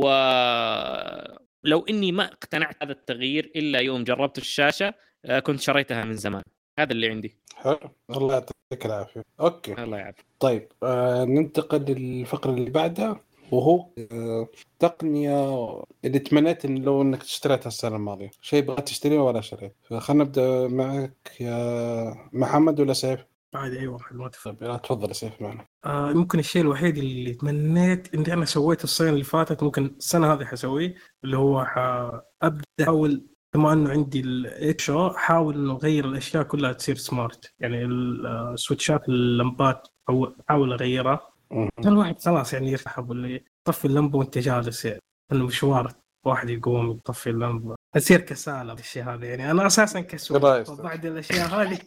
ولو إني ما اقتنعت هذا التغيير إلا يوم جربت الشاشة كنت شريتها من زمان. هذا اللي عندي. حلو، الله يعطيك العافية. أوكي، الله يعافيك. طيب ننتقل للفقرة اللي بعدها، وهو تقنية اللي تمنيت إن لو إنك اشتريتها السنة الماضية، شيء بغيت تشتريه ولا شريت. فخلنا نبدأ معك يا محمد ولا سيف؟ عادي أي واحد ما تفضل. طيب تفضل يا سيف معنا. ممكن الشيء الوحيد اللي تمنيت إني أنا سويته السنة اللي فاتت، ممكن السنة هذه حسويه، اللي هو أبدأ أحاول، بما إنه عندي الإكشو، حاول إنه أغير الأشياء كلها تصير سمارت، يعني السويتشات اللمبات أو أحاول أغيرها. الواحد خلاص يعني يرحب واللي يطفي اللمبة وأنت جالس، يعني إنه مشوار واحد يقوم يطفي اللمبة، تصير كسالة بالشيء هذا. يعني أنا أساسا كسول، وبعد الأشياء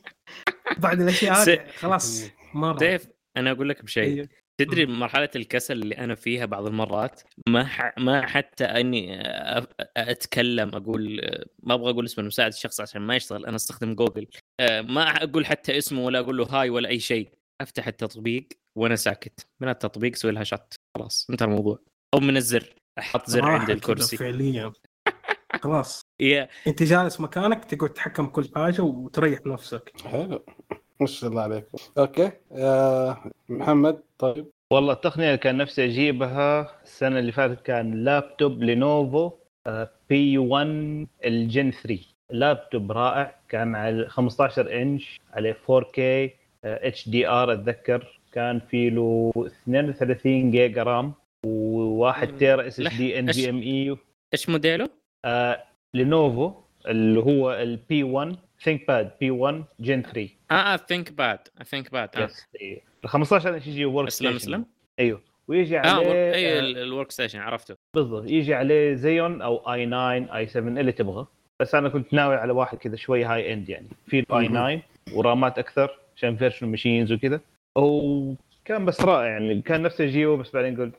هذه خلاص مرة. ديف أنا أقول لك بشيء. تدري مرحلة الكسل اللي أنا فيها بعض المرات، ما حتى أني أتكلم أقول، ما أبغى أقول اسم المساعد الشخص عشان ما يشتغل، أنا أستخدم جوجل، ما أقول حتى اسمه ولا أقول له هاي ولا أي شيء، أفتح التطبيق وأنا ساكت من التطبيق، سوي لها شت، خلاص انتهى الموضوع. أو من الزر، أحط زر عند الكرسي فعليا خلاص. أنت جالس مكانك تقعد تحكم كل حاجة وتريح نفسك. حلو، ما شاء الله عليك. اوكي محمد. طيب والله التقنية اللي كان نفسي أجيبها السنة اللي فاتت كان لابتوب لينوفو P1 الجن 3. لابتوب رائع، كان على 15 إنش على 4K HDR. أتذكر كان فيه له 32 جيجا رام و1 تيرا SSD NVMe. إيش موديله؟ لينوفو اللي هو ال P1 ThinkPad P1 Gen 3. ThinkPad. ال 15 إنش يجي ورك ستيشن. ايوه، ويجي عليه الورك ستيشن، عرفته بالضبط. يجي عليه زيون او i9 i7 اللي تبغى، بس انا كنت ناوي على واحد كذا شوي هاي اند، يعني في i9 ورامات اكثر عشان فيرشن ماشينز وكذا. وكان بس رائع، يعني كان نفسه يجيبه، بس بعدين قلت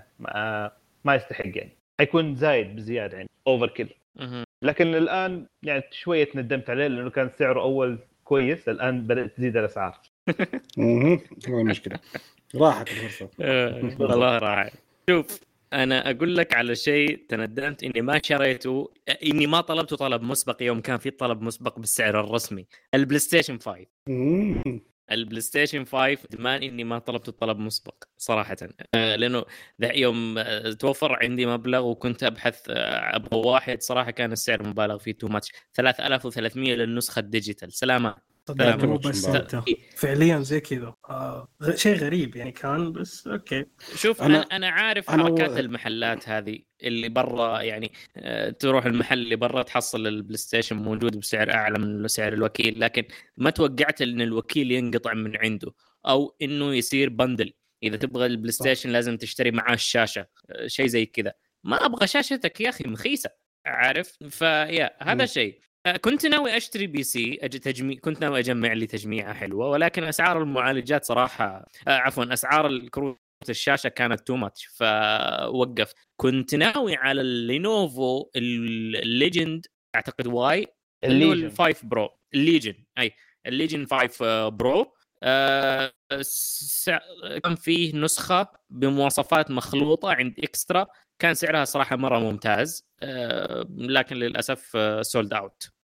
ما يستحق، يعني حيكون زايد بزياده، يعني اوفر كيل. لكن الان يعني شويه ندمت عليه لانه كان سعره اول كويس، الان بدات تزيد الاسعار. هو مشكله راحت الفرصه. والله راح. شوف انا اقول لك على شيء تندمت اني ما شريته، اني ما طلبته طلب مسبق يوم كان في طلب مسبق بالسعر الرسمي. البلاي ستيشن 5. البلاي ستيشن 5 ندمان اني ما طلبته طلب مسبق صراحه، لانه يوم توفر عندي مبلغ وكنت ابحث ابغى واحد، صراحه كان السعر مبالغ فيه تو ماتش. 3300 للنسخه الديجيتال. سلامات. بس فعليا زي كذا شيء غريب يعني كان، بس اوكي. شوف انا عارف حركات المحلات هذه اللي برا، يعني تروح المحل اللي برا تحصل البلاي ستيشن موجود بسعر اعلى من سعر الوكيل، لكن ما توقعت ان الوكيل ينقطع من عنده او انه يصير بندل. اذا تبغى البلاي ستيشن لازم تشتري معاه الشاشه، شيء زي كذا. ما ابغى شاشتك يا اخي مخيسه، عارف. فيا هذا شيء. كنت ناوي اشتري بي سي كنت ناوي اجمع لي تجميعه حلوه، ولكن اسعار المعالجات صراحه عفوا اسعار الكروت الشاشه كانت تو ماتش، فوقفت. كنت ناوي على اللينوفو الليجند اعتقد واي اللي هو ال5 برو. الليجن 5 برو. كان فيه نسخه بمواصفات مخلوطه عند اكسترا، كان سعرها صراحه مره ممتاز، لكن للاسف سولد اوت.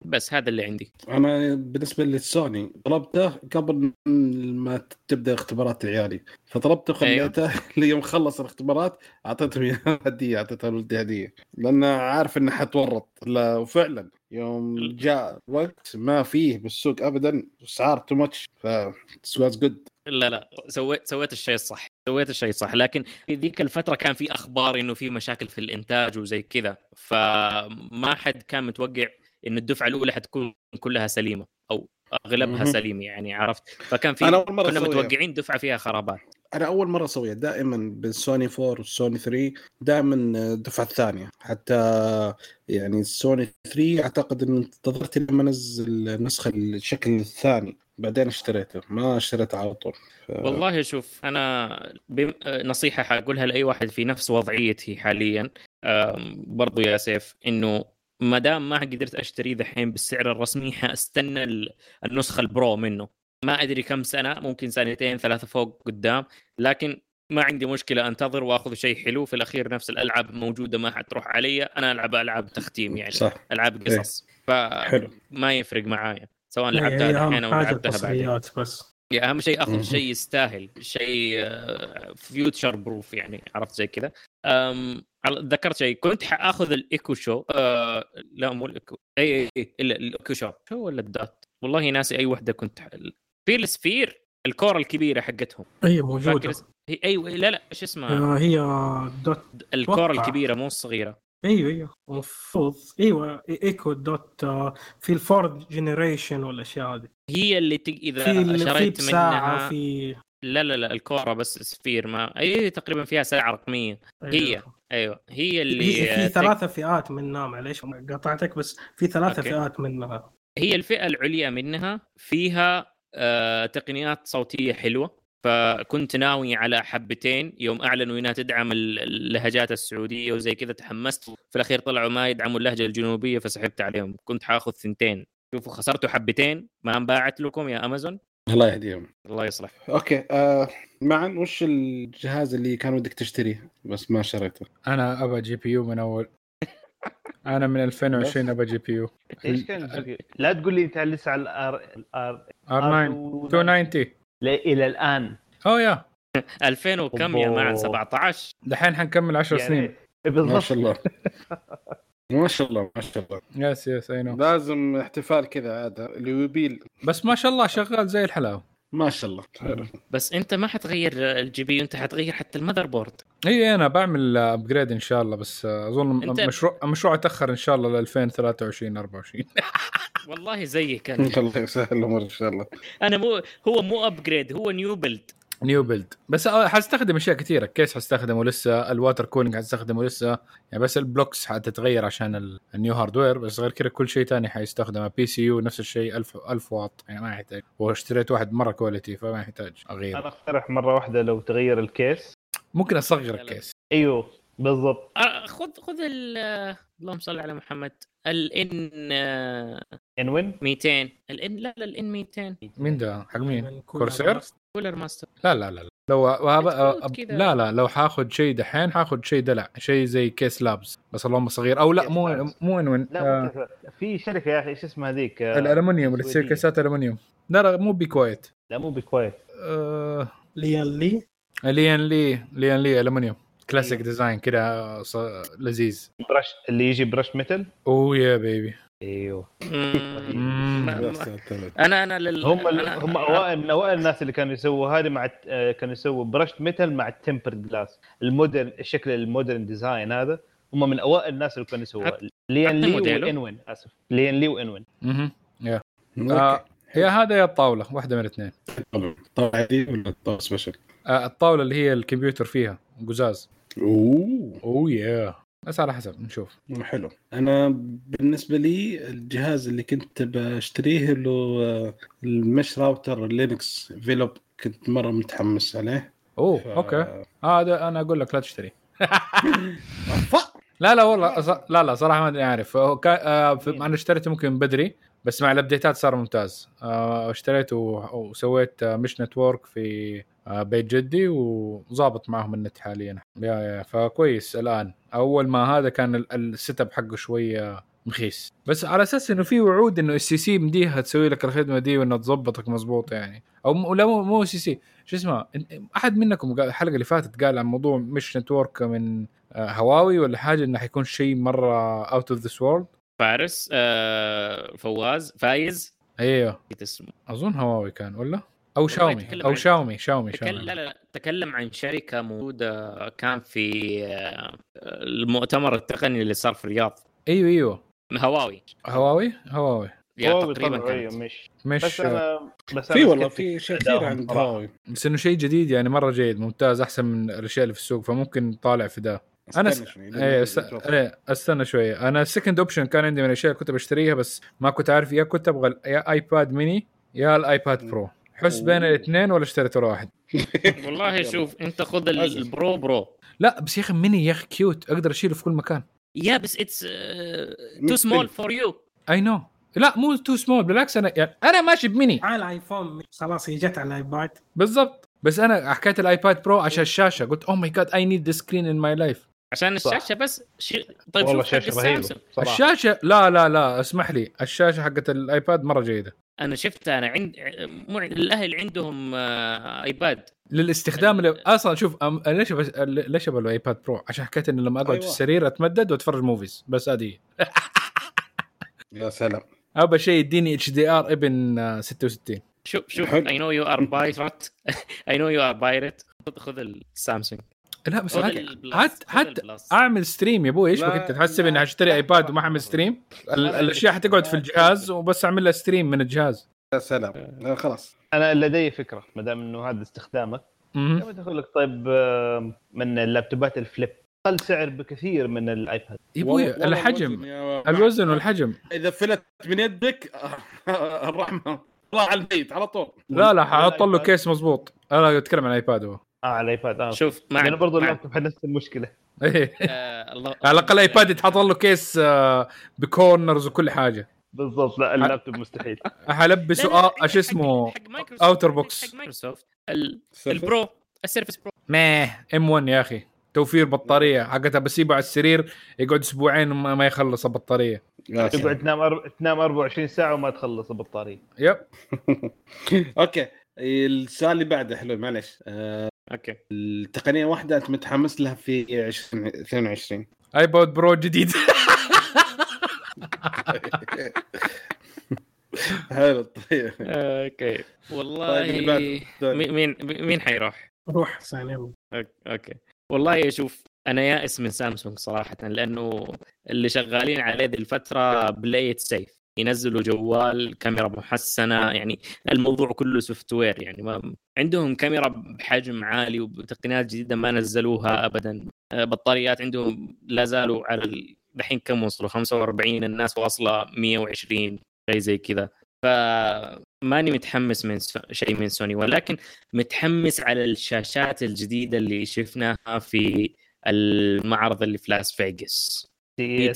بس هذا اللي عندي. انا بالنسبه للسوني طلبته قبل ما تبدا اختبارات عيالي، فطلبته وخليته اليوم خلص الاختبارات اعطيتهم إياه هديه، اعطيته ولدي هديه لان عارف انه حتورط. لا وفعلا يوم جاء وقت ما فيه بالسوق ابدا اسعار تو ماتش، ف واز جود. لا سويت الشيء الصح، سويت الشيء صح. لكن في ذيك الفتره كان في اخبار انه في مشاكل في الانتاج وزي كذا، فما حد كان متوقع ان الدفعه الاولى حتكون كلها سليمه او اغلبها سليم يعني، عرفت؟ فكان في كنا متوقعين دفعه فيها خرابات. انا اول مره اسويها دائما بالسوني 4 والسوني 3 دائما الدفعه الثانيه، حتى يعني السوني 3 اعتقد ان انتظرت لما نزل النسخه الشكل الثاني بعدين اشتريته، ما اشتريته على طول. والله شوف انا نصيحه حقولها لاي واحد في نفس وضعيتي حاليا برضو يا سيف، انه ما دام ما قدرت اشتري ذحين بالسعر الرسمي حاستنى النسخه البرو منه. ما ادري كم سنه، ممكن سنتين ثلاثه فوق قدام، لكن ما عندي مشكله انتظر واخذ شيء حلو. في الاخير نفس الالعاب موجوده ما حتروح علي، انا العب تختيم يعني صح. العاب قصص فما يفرق معايا سواء لعبتها الحين او لعبتها بعدين. بس يا اهم شيء اخذ شيء يستاهل، شيء فيوتشر بروف يعني، عرفت زي كذا. ذكرت شيء كنت حاخذ الايكو شو لا مو الايكو اي الايكو شو ولا الدات، والله ناسي اي وحده. كنت في السفير الكوره الكبيره حقتهم هي موجوده. هي ايوه لا ايش اسمها هي دوت الكوره الكبيره مو الصغيره. ايوه المفروض ايوه ايكو دوت في الفورد جنريشن والاشياء هذه هي اللي اذا شريت منها في لا الكوره بس سفير ما اي تقريبا فيها ساعه رقميه. هي اللي في ثلاثه فئات منها، معليش قطعتك بس في ثلاثه فئات منها. هي الفئه العليا منها فيها تقنيات صوتيه حلوه، فكنت ناوي على حبتين. يوم اعلنوا انها تدعم اللهجات السعوديه وزي كذا تحمست، في الاخير طلعوا ما يدعموا اللهجه الجنوبيه فسحبت عليهم. كنت حاخذ ثنتين، شوفوا خسرتوا حبتين ما انباعت لكم يا امازون. الله يهديهم. الله يصلح. اوكي معا وش الجهاز اللي كان ودك تشتريه بس ما شريته؟ انا ابى جي بي يو من اول. انا من 2020 ابى جي بي يو. ايش كان الجي بي يو؟ لا تقول لي انت لسه على الار 9 290 الى الان. يا 2000 وكم يا معن 17 دحين حنكمل 10 سنين ما شاء الله. ما شاء الله ما شاء الله. يس اي نو. لازم احتفال كذا هذا اللي يبيل. بس ما شاء الله شغال زي الحلاوه ما شاء الله. بس انت ما حتغير الجي بي يو، انت حتغير حتى المذر بورد. اي انا بعمل ابجريد ان شاء الله، بس اظن مشروع اتاخر ان شاء الله ل 2023 24. والله زيك انا. الله يسهل الامور ان شاء الله. انا مو ابجريد، هو نيو بيلد. بس حستخدم اشياء كثيره، كيس حستخدمه لسه، الواتر كولينج حستخدمه لسه يعني، بس البلوكس حتتغير عشان النيو هاردوير، بس غير كده كل شيء تاني حيستخدمه. بي سي يو نفس الشيء 1000 واط يعني ما يحتاج، واشتريت واحد مره كواليتي فما يحتاج اغير. انا اقترح مره واحده لو تغير الكيس ممكن اصغر الكيس. ايوه بالضبط. خذ اللهم صل على محمد الان وين 200 الان لا الان 200 مين ده حق مين؟ كورسير كولر ماستر. لا لا لو حاخذ شيء دحين حاخذ شيء دلع، شيء زي كيس لابس بس اللهم صغير، او لا مو انوين. لا في شركه يا اخي ايش اسمها ذيك الالومنيوم اللي تصير كيسات الالومنيوم. لا مو بكويت. لا مو بكويت. ليان لي الومنيوم كلاسيك ديزاين كده لذيذ. برش اللي يجي برش ميتال. اوه يا بيبي. ايوه. انا هم اوائل من اوائل الناس اللي كانوا يسووا هذه مع كانوا يسووا برش ميتال مع التمبر جلاس المودرن، الشكل المودرن ديزاين هذا. هم من اوائل الناس اللي كانوا يسووها. ليان لي وانوين اسف ليان لي وانوين. يا هي هذا يا الطاوله واحده من الاثنين. طاوله عاديه ولا طاوله سبيشل؟ الطاوله اللي هي الكمبيوتر فيها قزاز. اوه يا بس على حسب نشوف. حلو. انا بالنسبه لي الجهاز اللي كنت بشتريه له المش راوتر لينكس فيلوب، كنت مره متحمس عليه. اوكي هذا انا اقول لك لا تشتري. لا والله لا صراحه ما عارف. انا اشتريته ممكن بدري بس مع الابديتات صار ممتاز. اشتريته وسويت مش نتورك في بيت جدي وضابط معهم النت حاليا. فكويس الان. اول ما هذا كان السيت اب حقه شويه مخيس. بس على اساس انه في وعود انه السي سي مديها تسوي لك الخدمه دي وانها تظبطك مزبوط يعني، او لا مو سي سي، شو اسمه، احد منكم قال الحلقه اللي فاتت قال عن موضوع مش نتورك من هواوي ولا حاجه انه حيكون شيء مره اوت اوف ذس وورلد. فارس فايز ايوه اسمه اظن هواوي كان ولا او شاومي او شاومي. لا تكلم عن شركه موجوده كان في المؤتمر التقني اللي صار في الرياض. ايوه هواوي تقريبا كان مش بس في والله في شيء كثير عند هواوي، بس انه شيء جديد يعني مره جيد ممتاز احسن من الاشياء اللي في السوق، فممكن طالع في ده. انا استنى شويه. انا السكند اوبشن كان عندي من الاشياء كنت بشتريها بس ما كنت عارف يا كنت ابغى يا ايباد ميني يا الايباد برو، حس بين الاثنين ولا اشتريت واحد. والله شوف انت خذ البرو. لا بس يا اخي ميني يا اخي كيوت اقدر اشيله في كل مكان. يا بس اتس تو سمول فور يو. اي نو لا مو تو سمول بالعكس انا ماشي بميني على ايفون خلاص هي جت على الايباد بالضبط. بس انا حكيت الايباد برو عشان الشاشه قلت او ماي جاد اي نيد ذا سكرين ان ماي لايف عشان الشاشه بس طيب والله شوف شاشه رهيبه الشاشه لا اسمح لي الشاشه حقت الايباد مره جيده. انا شفتها انا عند الاهل عندهم ايباد للاستخدام اللي اصلا شوف ليش ابغى الايباد برو عشان حكيت انه لما اقعد في السرير اتمدد واتفرج موفيز بس هذه. يا سلام ابى شيء يديني اتش دي ار ابن 66. شوف اي نو يو ار بايرت اي نو يو ار بايرت خذ السامسونج. لا بس حتى اعمل ستريم يا ابوي ايش بك انت تحسب اني هشتري ايباد وما اعمل ستريم؟ الاشياء حتقعد في الجهاز وبس اعمل لها ستريم من الجهاز. يا سلام خلاص انا لدي فكره ما دام انه هذا استخدامك كم تقول لك طيب من اللابتوبات الفليب اقل سعر بكثير من الايباد يا ابوي الحجم الوزن والحجم اذا فلت من يدك الرحمه الله على البيت على طول. لا حاحط له كيس مزبوط. انا اتكلم عن ايباد هو على الايباد شوف انا برضو اللابتوب نفس المشكله. على الاقل ايباد يتحط له كيس بكورنرز وكل حاجه بالضبط. لا اللابتوب مستحيل حلبسه ايش اسمه اوتر بوكس مايكروسوفت البرو السيرفس برو ما M1 يا اخي توفير بطاريه حقتها بسيبه على السرير يقعد اسبوعين ما يخلص البطاريه. تقعد تنام 24 ساعه وما تخلص البطاريه. يب اوكي السؤال اللي بعده حلو معلش اوكي التقنيه واحده انت متحمس لها في 2022 ايباد برو جديد. حلو طيب اوكي والله مين حيروح؟ روح ثاني. اوكي والله شوف انا يائس من سامسونج صراحه لانه اللي شغالين عليه ذي الفتره بلاي سيف ينزلوا جوال كاميرا محسنه يعني الموضوع كله سوفت وير يعني ما عندهم كاميرا بحجم عالي وبتقنيات جديده ما نزلوها ابدا. بطاريات عندهم لا زالوا على الحين كم وصلوا 45 الناس واصله 120 شيء زي كذا. فماني متحمس من شيء من سوني ولكن متحمس على الشاشات الجديدة اللي شفناها في المعرض اللي في لاس فيغاس. في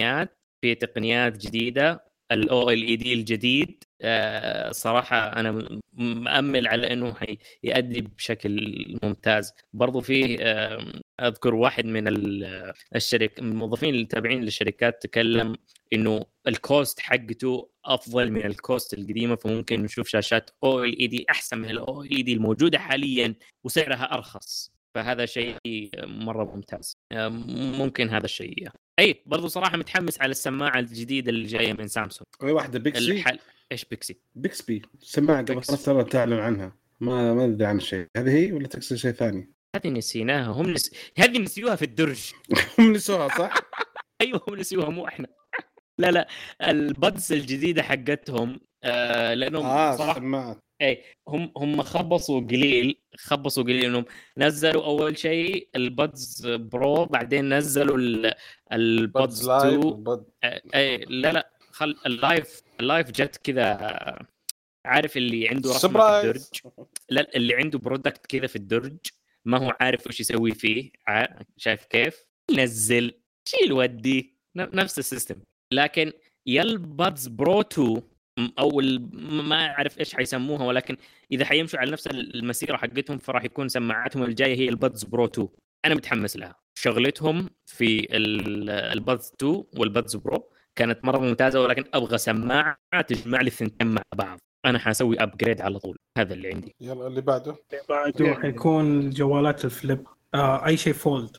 تقنيات جديدة OLED الجديد صراحة أنا مأمل على أنه يؤدي بشكل ممتاز. برضو فيه أذكر واحد من الموظفين التابعين للشركات تكلم إنه الكوست حقته أفضل من الكوست القديمة فممكن نشوف شاشات OLED أحسن من OLED الموجودة حاليا وسعرها أرخص. فهذا شيء مرة ممتاز. ممكن هذا الشيء اي برضو صراحه متحمس على السماعه الجديده اللي جايه من سامسونج. اي واحده بيكسي ايش بيكسبي سماعه قبل 3 سنوات تعلن عنها ما ادري عن شيء. هذه هي ولا تقصد شيء ثاني؟ هذه نسيناها هذه نسيوها في الدرج. هم نسوها صح. ايوه هم نسيوها مو احنا. لا البادز الجديده حقتهم لانهم صراحه اي هم خبصوا قليل انهم نزلوا اول شيء البادز برو بعدين نزلوا البادز 2 اي لا خل اللايف جت كذا عارف اللي عنده رقم في الدرج. لا اللي عنده برودكت كذا في الدرج ما هو عارف وش يسوي فيه. شايف كيف نزل شيل ودي نفس السيستم. لكن يا البادز برو 2 او ما اعرف ايش حيسموها ولكن اذا حيمشوا على نفس المسيره حقتهم فراح يكون سماعاتهم الجايه هي البادز برو 2. انا متحمس لها. شغلتهم في البادز 2 والبادز برو كانت مره ممتازه، ولكن ابغى سماعه تجمع لي الثنتين مع بعض. انا حاسوي ابجريد على طول، هذا اللي عندي. يلا اللي بعده. بعده حيكون جوالات الفليب، اي شيء فولد.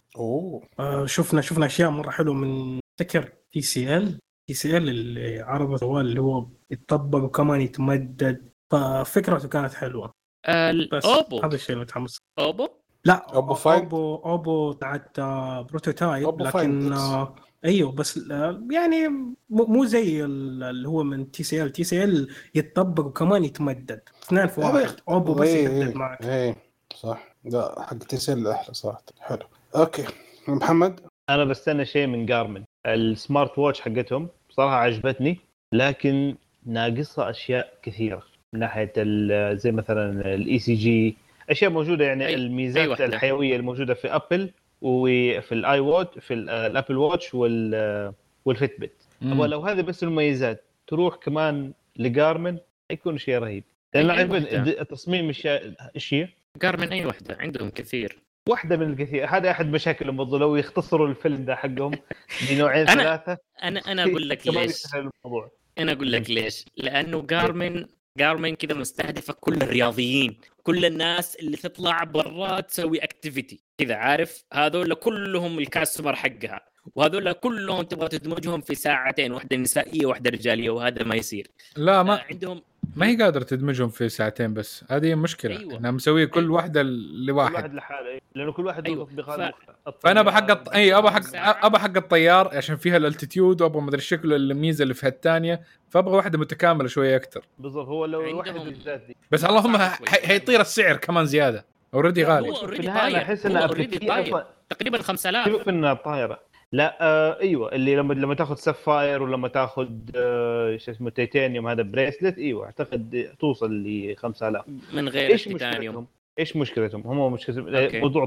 شفنا اشياء مره حلوه من تكر تي سي ال اللي عرض جوال اللي هو يتطبق وكمان يتمدد، ففكرته كانت حلوه. بس اوبو، هذا الشيء اللي متحمس. اوبو لا أوبو فايند؟ اوبو تاعت بروتوتايب، أوبو لكن ايوه بس يعني مو زي اللي هو من تي سي ال يتطبق وكمان يتمدد، اثنين في واحد. اوبو بس يتمدد معك. ايه صح، لا حق تسل احلى صراحه. حلو. اوكي محمد. انا بستنى شيء من جارمن، السمارت واتش حقتهم بصراحه عجبتني، لكن ناقصها اشياء كثيره من ناحيه زي مثلا الاي سي جي، اشياء موجوده يعني الميزات الحيويه الموجوده في ابل وفي الاي واتش، في الابل واتش والفيت بيت. ولو هذه بس المميزات تروح كمان لجارمن يكون شيء رهيب، لان عجبني تصميم اشياء جارمن. اي واحده عندهم كثير، واحده من الكثير. هذا احد مشاكلهم برضو، لو يختصروا الفيلم ده حقهم لنوعين ثلاثه. انا اقول لك ليش. انا اقول لك ليش، لانه جارمن كذا مستهدفه كل الرياضيين، كل الناس اللي تطلع برا تسوي اكتيفيتي كذا، عارف؟ هذول كلهم الكاستمر حقها، وهذول كلهم تبغى تدمجهم في ساعتين، واحده نسائيه واحده رجاليه، وهذا ما يصير. لا ما عندهم، ما هي قادره تدمجهم في ساعتين بس، هذه مشكله. أيوة. انها مسويه كل واحده لواحد، كل واحد لحاله، لانه كل واحد له تطبيقات. فانا بحق ابى حق الطيار عشان فيها الالتيتيود، وابغى ما ادري شكله الميزه اللي في الثانيه، فابغى واحده متكامله شويه اكثر. بالضبط، هو لو واحد بالذات دي بس اللهم حيطير السعر كمان زياده، اوريدي غالي. في النهايه احس انها تقريبا 5000 سيبك من الطائره. لا ايوه، اللي لما تاخذ سفاير ولما تاخذ شو اسمه تيتانيوم، هذا بريسلت، ايوه اعتقد توصل ل 5000 من غير التيتانيوم. ايش مشكلتهم؟ هم مشكلتهم موضوع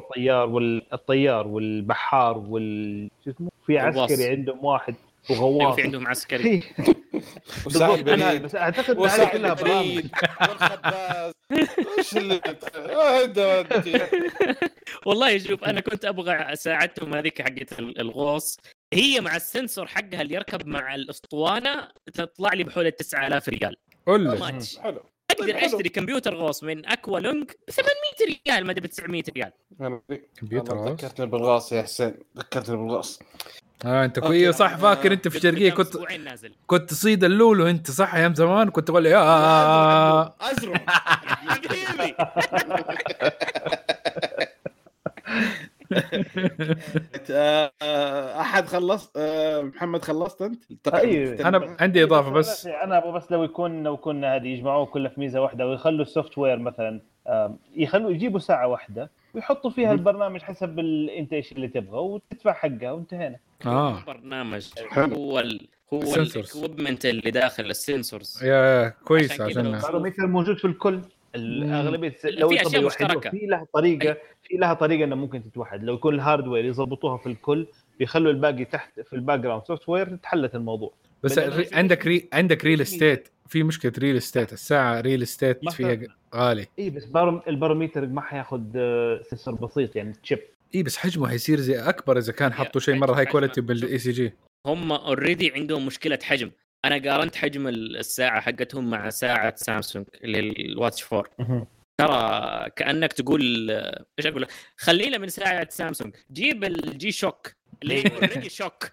الطيار والبحار شو اسمه، في عسكري عندهم واحد وغواص، في عندهم عسكري وساعد انا بس اعتقد ان هذه كلها برامج والخباز. ايش اللي والله شوف، انا كنت ابغى ساعتهم هذيك حقت الغوص، هي مع السنسور حقها اللي يركب مع الاسطوانه تطلع لي بحول 9000 ريال. حلو. اقدر اشتري كمبيوتر غوص من اكوا لونج ب 800 ريال، ما ب 900 ريال. كمبيوتر غوص ذكرتني بالغاص يا حسين، ذكرتني بالغاص. انت كويس صح، فاكر انت في الشرقيه كنت تصيد اللولو انت صح، ايام زمان كنت تقول لي ازرق احد خلص؟ محمد خلصت انت؟ أيوه. انا عندي اضافه بس، انا ابغى بس لو كنا هذه يجمعوه كله في ميزه واحده، ويخلوا السوفت وير مثلا يخلوا يجيبوا ساعه واحده ويحطوا فيها البرنامج حسب انت ايش اللي تبغاه، وتدفع حقها وانتهينا. برنامج هو الاكويبمنت اللي داخل السنسورز يا كويس، عشان صاروا مثل موجود في الكل الاغلبيه. لو في اشياء مشتركه، في لها طريقه انه ممكن تتوحد، لو كل هاردوير يضبطوها في الكل، بيخلوا الباقي تحت في الباك جراوند سوفت وير، تحلت الموضوع. بس عندك ريل استيت، في مشكله ريل استيت، الساعه ريل استيت فيها غالي. اي بس الباروميتر ما حياخذ سنسور بسيط يعني تشيب. اي بس حجمه حيصير زي اكبر اذا كان حطوا شيء مره هاي كواليتي بالاي سي جي. هم اوريدي عندهم مشكله حجم. انا قارنت حجم الساعه حقتهم مع ساعه سامسونج اللي الواتش 4. ترى كانك تقول ايش اقول لك، خلينا من ساعه سامسونج، جيب الجي شوك اللي اوريدي شوك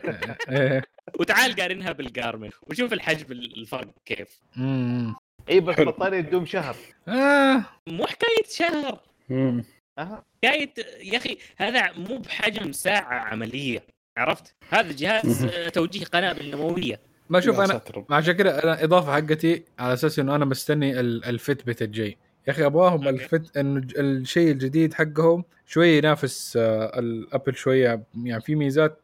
وتعال قارنها بالجارمن وشوف الحجم الفرق كيف. اي بس بطاريه تدوم شهر. مو حكايه شهر، حكايه يا اخي هذا مو بحجم ساعه عمليه، عرفت؟ هذا جهاز توجيه قنابل نوويه. ما شوف انا عشان كده انا اضافه حقتي على اساس انه انا مستني الفيت بيت الجاي. يا اخي ابغاهم الفيت، انه الشيء الجديد حقهم شويه ينافس الابل شويه، يعني في ميزات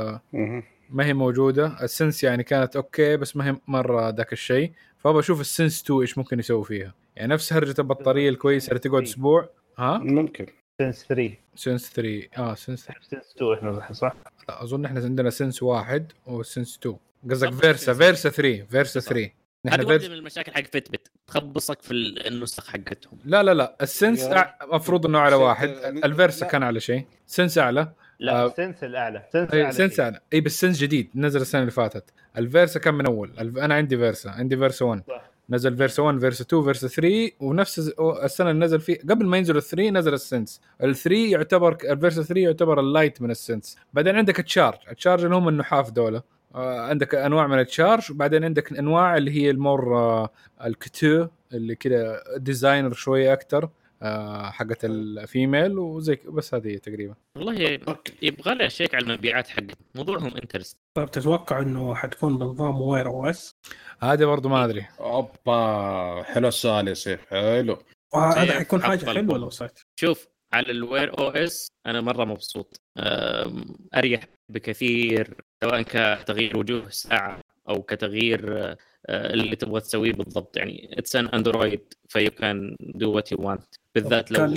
ما هي موجوده. السنس يعني كانت اوكي بس ما هي مره ذاك الشيء، فابغى اشوف السنس 2 ايش ممكن يسوي فيها، يعني نفس هرجه البطاريه الكويسه اللي تقعد اسبوع. ممكن سنس 3 سنس 3 سنس 2 احنا صح؟ لا اظن احنا عندنا سنس 1 وسنس 2. قصدك فيرسا 3 هذا واحدة من المشاكل حق فيتبت، تخبصك في النسخ حقتهم. لا السنس مفروض انه على واحد، الفيرسا كان على شيء، سنس اعلى، لا سنس الاعلى، سنس الاعلى سنس اعلى. اي بس سنس جديد نزل السنه اللي فاتت. الفيرسا كان من اول انا عندي فيرسا 1 صح. نزل فيرسا 1 فيرسا 2 فيرسا 3 ونفس السنه اللي نزل فيه قبل ما ينزل ال3 نزل السنس. ال3 يعتبر الفيرسا 3 يعتبر اللايت من السنس. بعدين عندك التشارج اللي هم النحاف دولة. عندك انواع من التشارج وبعدين عندك انواع اللي هي المور الكتو اللي كده ديزاينر شويه اكتر حقت الفيميل وزي بس هذه تقريبا. والله يبغى لي اشيك على المبيعات حق موضوعهم انترست. طيب تتوقع انه حتكون بنظام واير او اس؟ هذا برضو ما ادري. اوبا حلو السؤال يا سيف، حلو. وهذا حيكون حاجه حلوه لو صارت. شوف على الوير او اس انا مره مبسوط، اريح بكثير سواء كتغيير وجوه ساعه او كتغيير اللي تبغى تسويه بالضبط. يعني اتس ان اندرويد فيو كان دو وات يو وانت، بالذات لو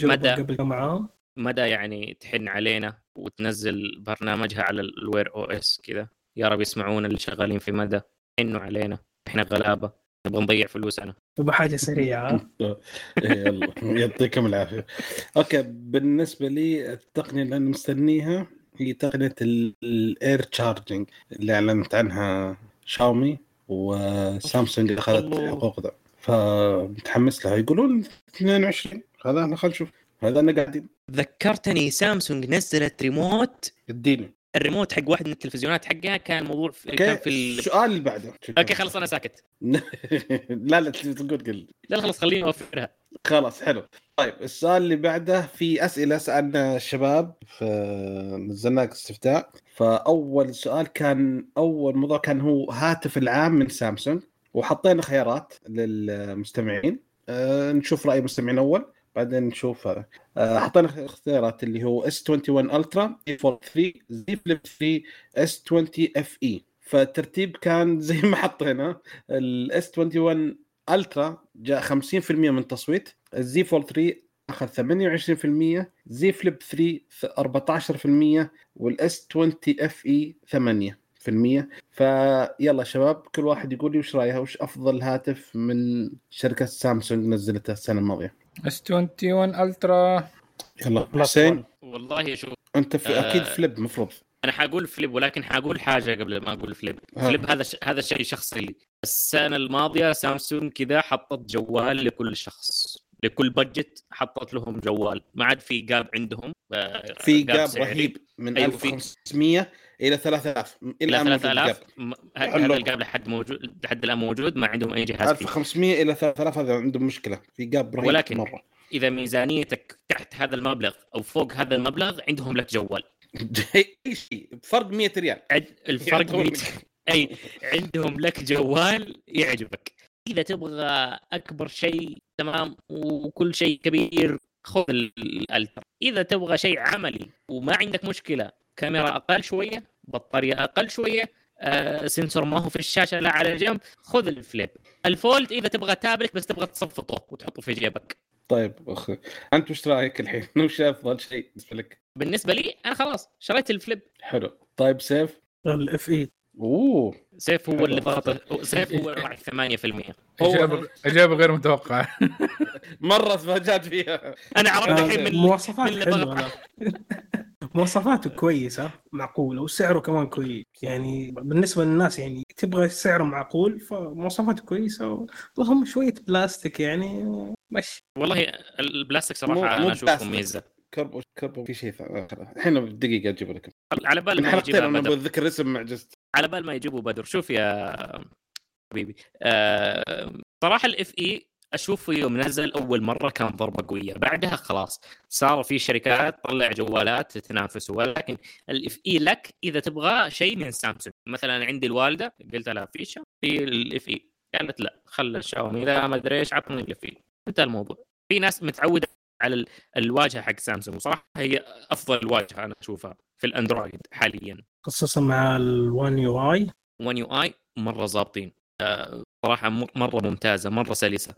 مدى يعني تحن علينا وتنزل برنامجها على الوير او اس كذا. يا رب يسمعون اللي شغالين في مدى، حنوا علينا احنا غلابه نبغى نضيع فلوسنا بحاجه سريعه. يلا يعطيكم العافيه. اوكي بالنسبه لي التقنيه اللي انا مستنيها هي تقنيه الاير تشارجنج اللي اعلنت عنها شاومي وسامسونج اللي اخذت حقوق ذا، فمتحمس لها. يقولون 22 هذا انا خل نشوف هذا انا قاعدين. ذكرتني سامسونج نزلت ريموت، اديني الريموت حق واحد من التلفزيونات حقها كان موضوع كان في السؤال اللي بعده. اوكي خلاص انا ساكت. لا تقول قل. لا خلاص خليني اوفرها. خلاص حلو. طيب السؤال اللي بعده في أسئلة سألنا الشباب نزلنا استفتاء. فأول سؤال كان أول موضوع كان هو هاتف العام من سامسونج، وحطينا خيارات للمستمعين نشوف رأي المستمعين أول بعدين نشوف هذا. حطينا اختيارات اللي هو S21 Ultra, A4 3, Z Flip 3, S20 FE. فالترتيب كان زي ما حطينا. ال S21 Ultra جاء 50% من التصويت، الزي فول 3 أخذ 28%، زي فليب 3 14%، والإس 20 اف اي 8%. فيلا شباب كل واحد يقول لي وش رايها، وش أفضل هاتف من شركة سامسونج نزلته السنة الماضية. S21 Ultra. يلا حسين. والله شوف أنت في أكيد فليب مفروض. أنا حقول فليب ولكن حقول حاجة قبل ما أقول فليب. فليب هذا شيء شخصي. السنة الماضية سامسونج كذا حطت جوال لكل شخص، لكل بادجت حطت لهم جوال، ما عاد في جاب عندهم. في جاب رهيب من 1500 إلى 3000 إلى 3000. هذا الجاب لحد الآن موجود، ما عندهم أي جهاز. 1500 إلى 3000 هذا عندهم مشكلة، في جاب رهيب. ولكن مرة إذا ميزانيتك تحت هذا المبلغ أو فوق هذا المبلغ عندهم لك جوال. اي شيء بفرق 100 ريال. الفرق 100. اي عندهم لك جوال يعجبك. اذا تبغى اكبر شيء تمام وكل شيء كبير خذ الالترا. اذا تبغى شيء عملي وما عندك مشكله، كاميرا اقل شويه، بطاريه اقل شويه، سنسور ما هو في الشاشه لا على جنب، خذ الفليب. الفولد اذا تبغى تابلت بس تبغى تصفطه وتحطه في جيبك. طيب اخي انت وش رايك الحين؟ وش افضل شيء بالنسبه لك؟ بالنسبه لي انا خلاص شريت الفليب. حلو. طيب سيف؟ الاف اي. سيف هو اللي ضغط. سيف هو راح 8%. اجابه غير متوقعه. مره فاجأت فيها. انا عرفت الحين من مواصفات حلوه. مواصفاته كويسه معقوله وسعره كمان كويس. يعني بالنسبه للناس يعني تبغى سعره معقول فمواصفاته كويسه، وهم شويه بلاستيك يعني ماشي. والله البلاستيك صراحه انا اشوفه ميزه. كربو في شيء الحين بدقيقه اجيب لكم على بال ما يجيبوا بدر. بتذكر اسم معجزت على بال ما يجيبوا بدر. شوف يا حبيبي صراحه الاف اي اشوفه يوم نزل اول مره كان ضربه قويه، بعدها خلاص صار في شركات طلع جوالات تتنافس. ولكن الاف اي لك اذا تبغى شيء من سامسونج. مثلا عندي الوالده قلت لها فيشه في الاف اي، قالت لا خلي الشاومي لا ما ادري ايش، عطني الاف اي. انتهى الموضوع. في ناس متعوده على الواجهه حق سامسونج، وصراحه هي افضل واجهه انا اشوفها في الاندرويد حاليا، خصوصا مع الوان يو اي. وان يو اي مره ضابطين صراحه، مره ممتازه، مره سلسه.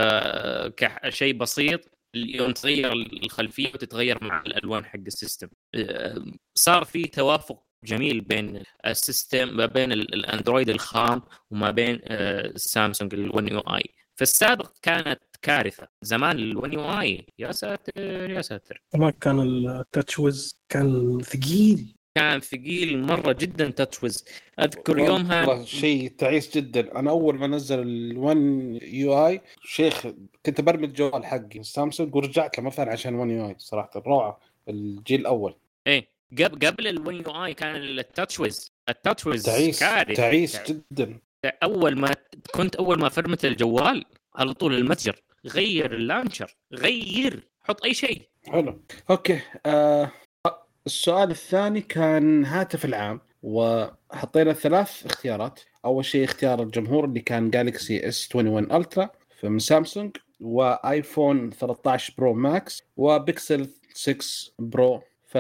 كشيء بسيط يوم تغير الخلفيه وتتغير مع الالوان حق السيستم. صار في توافق جميل بين السيستم، ما بين الاندرويد الخام وما بين سامسونج الون يو اي. في السابق كانت كارثه. زمان الون يو اي يا ساتر يا ساتر، ما كان التاتش ويز كان ثقيل، كان ثقيل مره جدا تاتش. اذكر والله يومها شيء تعيس جدا. انا اول ما نزل ال1 يو اي شيخ كنت برمي الجوال حقي سامسونج ورجعت له مثلا عشان 1 يو اي صراحه روعه الجيل الاول. ايه قبل الون يو اي كان التاتش ويز تعيس جدا. اول ما فرمت الجوال على طول المتجر غير اللانشر، حط اي شيء. حلو اوكي. السؤال الثاني كان هاتف العام، وحطينا 3 اختيارات. اول شيء اختيار الجمهور اللي كان جالكسي S21 الترا من سامسونج، وايفون 13 برو ماكس، وبيكسل 6 برو.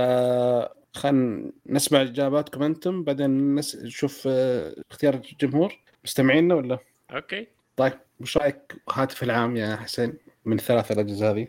خلينا نسمع اجاباتكم انتم بعدين نشوف اختيار الجمهور. مستمعينا ولا؟ اوكي طيب وش رايك هاتف العام يا حسين من 3 الاجهزه هذه؟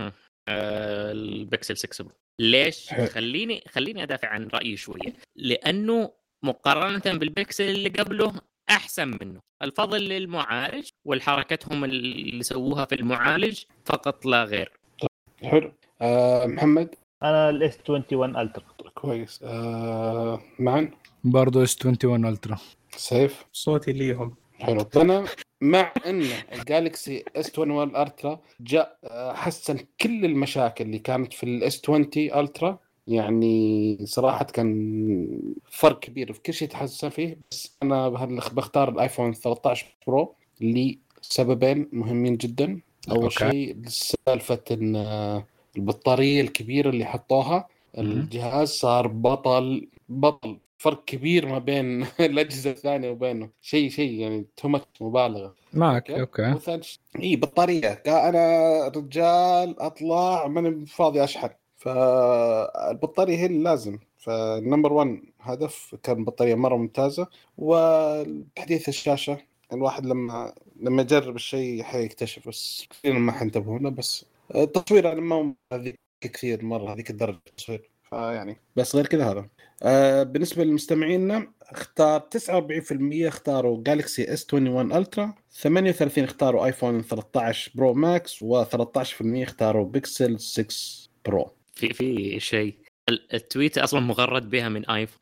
البيكسل 6 برو. ليش؟ خليني ادافع عن رايي شويه، لانه مقارنه بالبيكسل اللي قبله احسن منه. الفضل للمعالج والحركتهم اللي سووها في المعالج فقط لا غير. حلو. محمد؟ انا الاس 21 الترا. كويس. معن برضو S21 الترا. سيف؟ صوتي ليهم. حلو. انا مع ان الجالكسي S21 الترا جاء حسن كل المشاكل اللي كانت في الاس 20 الترا، يعني صراحه كان فرق كبير في كل شيء تحسن فيه. بس انا بختار الايفون 13 برو لسببين مهمين جدا. اول شيء سالفه ان البطاريه الكبيره اللي حطوها، الجهاز صار بطل فرق كبير ما بين الأجهزة الثانية وبينه، شيء يعني تهمة مبالغة معك. اوكي. بطارية انا رجال اطلع من فاضي اشحن، فالبطارية هي اللي لازم. فالنمبر 1 هدف كان بطارية مرة ممتازة، وتحديث الشاشة. الواحد لما يجرب الشيء حيكتشف، بس كثير ما حنتبهوا له. بس التصوير انا ما هذيك كثير مرة هذيك الدرجة التصوير، فيعني بس غير كذا هذا. بالنسبة للمستمعين اختار 49% اختاروا جالكسي S21 الترا، 38 اختاروا ايفون 13 برو ماكس، و13% اختاروا بيكسل 6 برو. في شيء التويت اصلا مغرد بها من ايفون.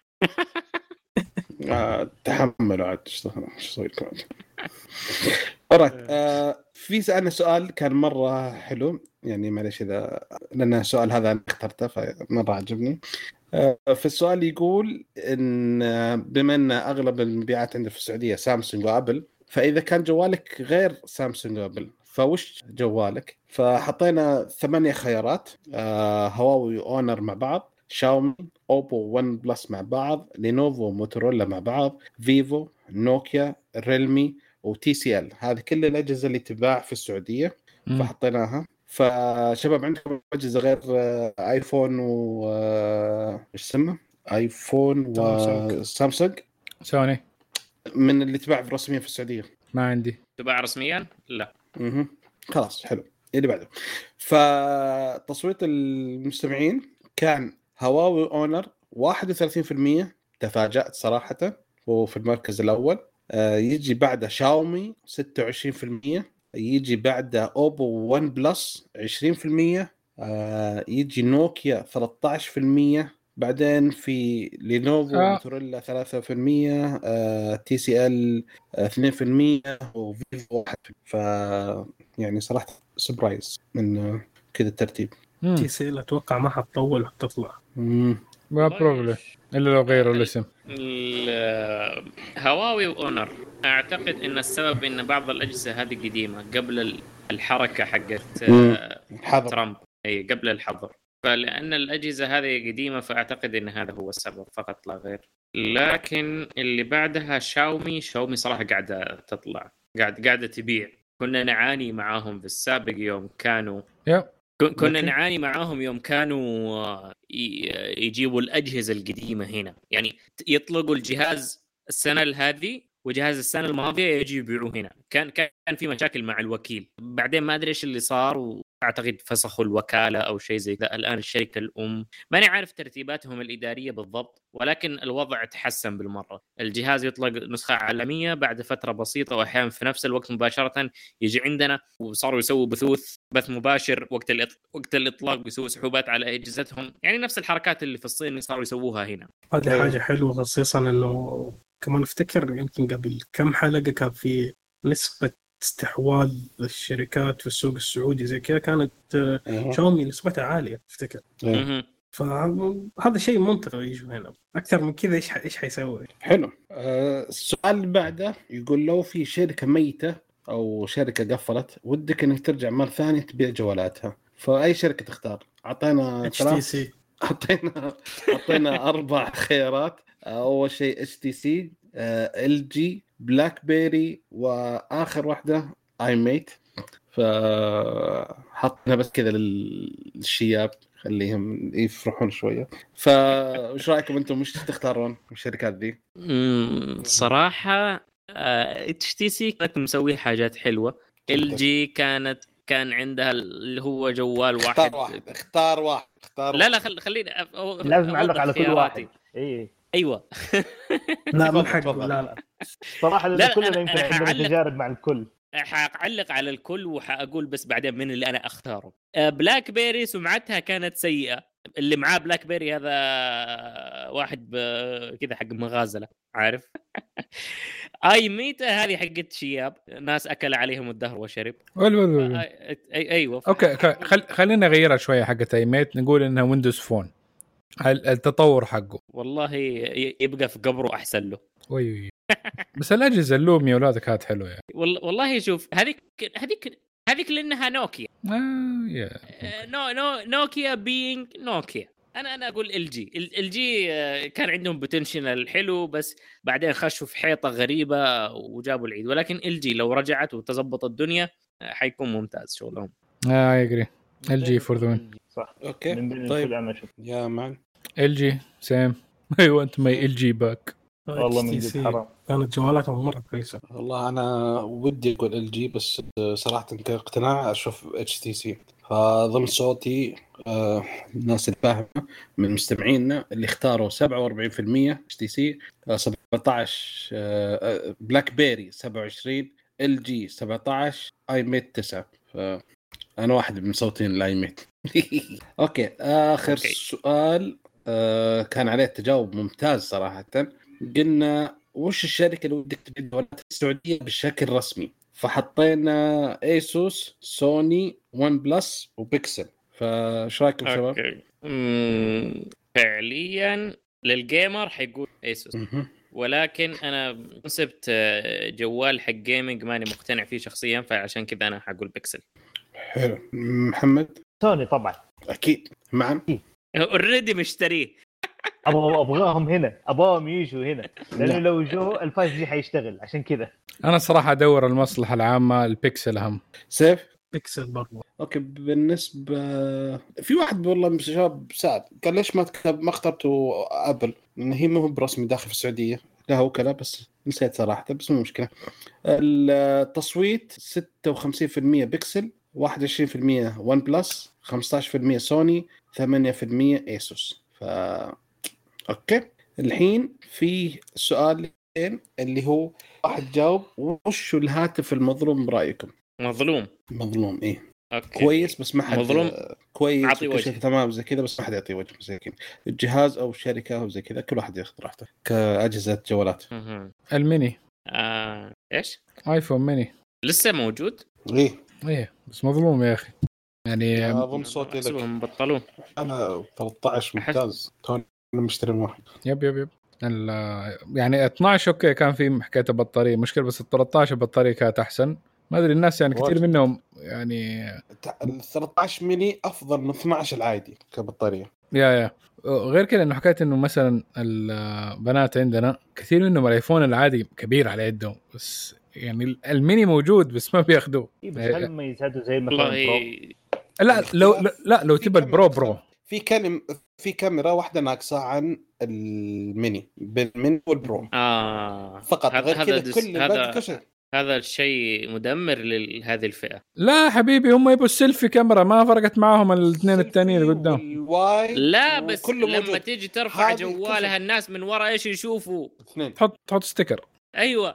تحملوا عاد ايش اسوي لكم. في سألنا سؤال كان مرة حلو، يعني معلش إذا لأن السؤال هذا أنا اخترته فمرة عجبني. في السؤال يقول إن بما أن أغلب المبيعات عندنا في السعودية سامسونج وأبل، فإذا كان جوالك غير سامسونج وأبل فوش جوالك؟ فحطينا 8 خيارات. هواوي أونر مع بعض، شاومي، أوبو، ون بلس مع بعض، لينوفو، موتورولا مع بعض، فيفو، نوكيا، ريلمي، وتي سي ال. هذه كل الأجهزة اللي تباع في السعودية فحطيناها. فشباب عندكم أجهزة غير آيفون و إيش اسمه؟ آيفون وسامسونج سوني من اللي تباع رسميا في السعودية؟ ما عندي. تباع رسميا؟ لا. خلاص حلو. اللي بعده. فتصويت المستمعين كان هواوي أونر 31%، تفاجأت صراحة، وفي المركز الأول. يجي بعده شاومي 26%، يجي بعده أوبو ون بلس 20%، يجي نوكيا 13%، بعدين في لينوفو موتورولا 3%، تي سي ال 2%، وفيفو 1%. ف يعني صراحة سبرايز من كذا الترتيب. تي سي ال اتوقع ما حتطول وتطلع. ما بروبلم الا لو غيروا الاسم. هواوي واونر اعتقد ان السبب ان بعض الاجهزه هذه قديمه قبل الحركه حقت ترامب، اي قبل الحظر. فلان الاجهزه هذه قديمه فاعتقد ان هذا هو السبب فقط لا غير. لكن اللي بعدها شاومي صراحه قاعده تطلع، قاعده تبيع. كنا نعاني معاهم في السابق يوم كانوا كنا نعاني معاهم يوم كانوا يجيبوا الأجهزة القديمة هنا، يعني يطلقوا الجهاز السنة هذه وجهاز السنه الماضيه يجي يبيعوه هنا. كان في مشاكل مع الوكيل، بعدين ما ادري ايش اللي صار، واعتقد فسخوا الوكاله او شيء زي ذا. الان الشركه الام ماني عارف ترتيباتهم الاداريه بالضبط، ولكن الوضع تحسن بالمره. الجهاز يطلق نسخه عالميه بعد فتره بسيطه، واحيانا في نفس الوقت مباشره يجي عندنا، وصاروا يسووا بث مباشر وقت الاطلاق، بيسووا سحوبات على اجهزتهم، يعني نفس الحركات اللي في الصين اللي صاروا يسووها هنا. هذه حاجة حلوة، خصيصا انه كمان افتكر يمكن قبل كم حلقة كان في نسبة استحواذ الشركات في السوق السعودي زي كذا، كانت شاومي نسبتها عالية افتكر. فهذا شيء منطقي يجوا هنا. اكثر من كذا ايش حيسوي؟ حلو. السؤال اللي بعده يقول لو في شركة ميتة او شركة قفلت ودك انك ترجع مرة ثانية تبيع جوالاتها، فاي شركة تختار؟ اعطينا HTC. اعطينا 4 خيارات. اول شيء HTC، LG، بلاك بيري، واخر واحدة iMate. فحطنا بس كذا للشياب خليهم يفرحون شوية. فايش رايكم انتم، مش تختارون الشركات ذي؟ صراحة HTC كانت مسويه حاجات حلوة. LG كان عندها اللي هو جوال واحد. اختار واحد. لا خليني لازم نعلق على كل واحد. ايوه لا من حق لا صراحة كلنا يمكن عندنا تجارب مع الكل. حأعلق على الكل وحأقول بس بعدين من اللي أنا أختاره. بلاك بيري سمعتها كانت سيئة. اللي معاه بلاك بيري هذا واحد كذا حق مغازلة، عارف. اي ميتا هذه حقت شياب، ناس أكل عليهم الدهر وشرب. أيوة. أوكي خلينا نغيرها شوية حقت اي ميت، نقول إنها ويندوز فون. التطور حقه والله يبقى في قبره أحسن له. بس الأجهزة اللومي أولادك كانت حلوة يعني. والله شوف هذيك لأنها نوكيا. نوكيا بينج نوكيا. أنا أقول LG كان عندهم بوتنشال حلو، بس بعدين خشوا في حيطة غريبة وجابوا العيد. ولكن LG لو رجعت وتزبط الدنيا حيكون ممتاز شغلهم. يقري LG for the win. صح. اوكي طيب يا مان LG same I want my LG back. والله من جد حرام، كانت جوالاتهم مرة كويسة. والله أنا ودي أقول LG، بس صراحة كاقتناع أشوف HTC. فضمن صوتي الناس الفاهمة من مستمعينا اللي اختاروا 47% HTC، 17 بلاك بيري، 27 LG، 17 iMate 9. فأنا واحد من صوتين الiMate. أوكي آخر سؤال كان عليه تجاوب ممتاز صراحة. قلنا وش الشركة اللي ودك تبيع جوالات السعودية بشكل رسمي؟ فحطينا ايسوس، سوني، ون بلس، وبيكسل. فايش رايكم شباب؟ فعليا للجيمر حيقول ايسوس، ولكن انا كونسبت جوال حق جيمنج ماني مقتنع فيه شخصيا، فعشان كذا انا حقول بيكسل. حلو. محمد؟ سوني طبعا اكيد معا اوريدي مشتريه. ابغاهم هنا، ابغاهم يجوا هنا، لانه لو جو ال5G حيشتغل. عشان كذا انا صراحه ادور المصلحه العامه، البيكسل اهم. سيف؟ بيكسل برضه. اوكي. بالنسبه في واحد والله من الشباب سأل قال ليش ما اخترتوا ابل، لان هي مو برسمي داخل في السعوديه، لها وكلاء، بس نسيت صراحه، بس مو مشكله. التصويت 56% بيكسل، 21% ون بلس، 15% سوني، 8% ايسوس. اوكي الحين في سؤال اللي هو واحد جاوب وش الهاتف المظلوم برايكم؟ مظلوم ايه أوكي. كويس بس ما حد مظلوم كويس تمام زي كذا، بس ما حد يعطي وجه زي كذا. الجهاز او الشركه او زي كذا، كل واحد ياخذ راحته كاجهزه جوالات. الميني ايش ايفون ميني لسه موجود؟ ايه بس مظلوم يا اخي يعني. اظن صوتي لك بطلوا. انا 13 ممتاز توني مشتري واحد. يب يعني 12 اوكي كان في حكايه البطاريه مشكله، بس ال 13 البطاريه كانت احسن. ما ادري الناس يعني كثير منهم يعني ال 13 ميني افضل من 12 العادي كبطاريه. يا غير كده انه حكايه انه مثلا البنات عندنا كثير منهم الايفون العادي كبير على يدهم، بس يعني الميني موجود بس ما بياخذوه. بس هل ما يزهدوا زي مثلا لا لو تبى البرو في كاميرا واحده ناقصه عن الميني بالميني والبرو فقط. غير كذا كل الباقي كل شيء. هذا الشيء مدمر لهذه الفئه. لا حبيبي هم يبوا السيلفي كاميرا، ما فرقت معهم الاثنين الثانيين اللي قدام. لا بس لما تيجي ترفع جوالها الناس من وراء ايش يشوفوا؟ تحط ستيكر. ايوه.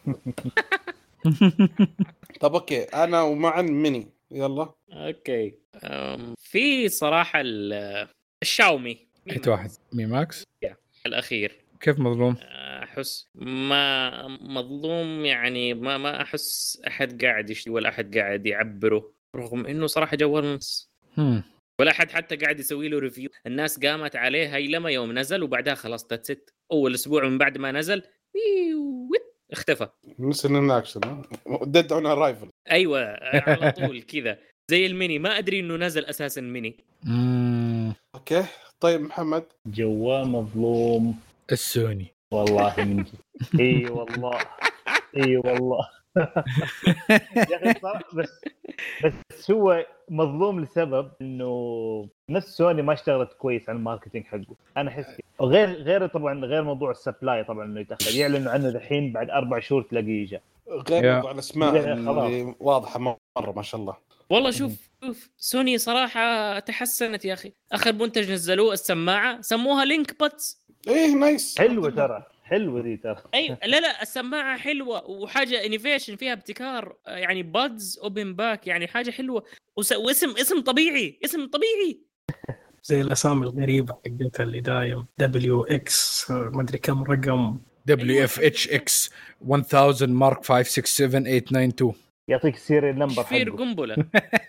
طب اوكي انا ومع الميني يلا. اوكي في صراحه الشاومي حيت واحد مي ماكس الاخير كيف مظلوم؟ احس ما مظلوم يعني، ما احس احد قاعد يشتري ولا احد قاعد يعبره، رغم انه صراحه جوال ممتاز. ولا احد حتى قاعد يسوي له ريفيو. الناس قامت عليه هاي لما يوم نزل وبعدها خلاص تتست اول اسبوع من بعد ما نزل اختفى مثل الناكس ديد اون ارايفل. ايوه على طول كذا زي الميني، ما ادري انه نزل اساسا ميني. اوكي طيب محمد. جوال مظلوم السوني والله من جد. اي والله اي والله يا اخي بس هو مظلوم لسبب انه نفس سوني ما اشتغلت كويس على الماركتينج حقه. انا احس غير طبعا غير موضوع السبلاي طبعا انه يتاخر، يعلنوا عنه الحين بعد 4 شهور تلاقيه جاء. غير موضوع الاسماء اللي واضحه مره ما شاء الله. والله شوف سوني صراحه تحسنت يا اخي. اخر منتج نزلوه السماعه سموها لينك باتس. ايه نايس حلوه ترى، حلوه دي ترى. اي لا السماعه حلوه وحاجه انيفيشن فيها ابتكار يعني، بادز اوبن باك يعني حاجه حلوه واسم طبيعي، اسم طبيعي زي الاسامي الغريبه حقتها اللي دايم WX ما ادري كم رقم WFHX 1000 مارك 567892. يعطيك السيريال نمبر حقه قنبله.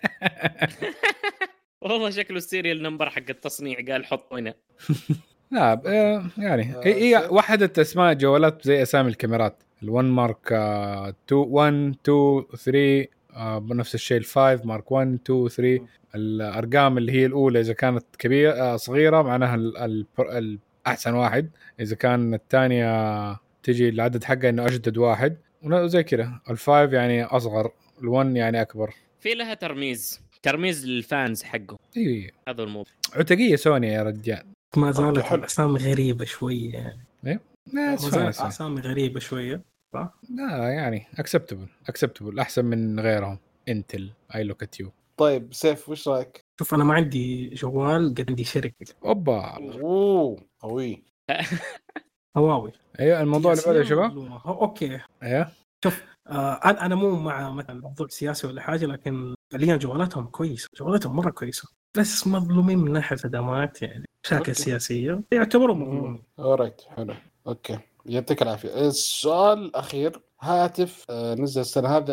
والله شكله السيريال نمبر حق التصنيع قال حطه هنا. لا يعني هي وحدت اسماء جوالات زي اسامي الكاميرات. ال1 مارك 2 1 2 3 بنفس الشيء. ال5 مارك 1 2 3. الارقام اللي هي الاولى اذا كانت كبيره صغيره معناها الاحسن واحد، اذا كان الثانيه تجي العدد حقه انه اجدد واحد وزي كده. ال5 يعني اصغر، ال1 يعني اكبر. في لها ترميز للفانز حقه. اي هذا الموضوع. عتقيه سوني يا رجال. ما زالت الاسامي غريبه شويه يعني. ايه اسامي غريبه شويه صح؟ لا يعني اكسبتبل احسن من غيرهم. انتل اي لوك ات يو. طيب سيف وش رايك؟ شوف انا ما عندي جوال، قد عندي شركه. اوبا قوي هواوي. ايوه الموضوع اللي بعده يا شباب. اوكي ايوه شوف انا مو مع مثلا موضوع سياسي ولا حاجه، لكن فعليا جوالاتهم كويسه، جوالاتهم مره كويسه، بس مظلومين من ناحيه خدمات يعني مشاكل سياسيه يعتبروا مظلومين. اورايت حلو اوكي يعطيك العافيه. السؤال الاخير، هاتف نزل السنه هذا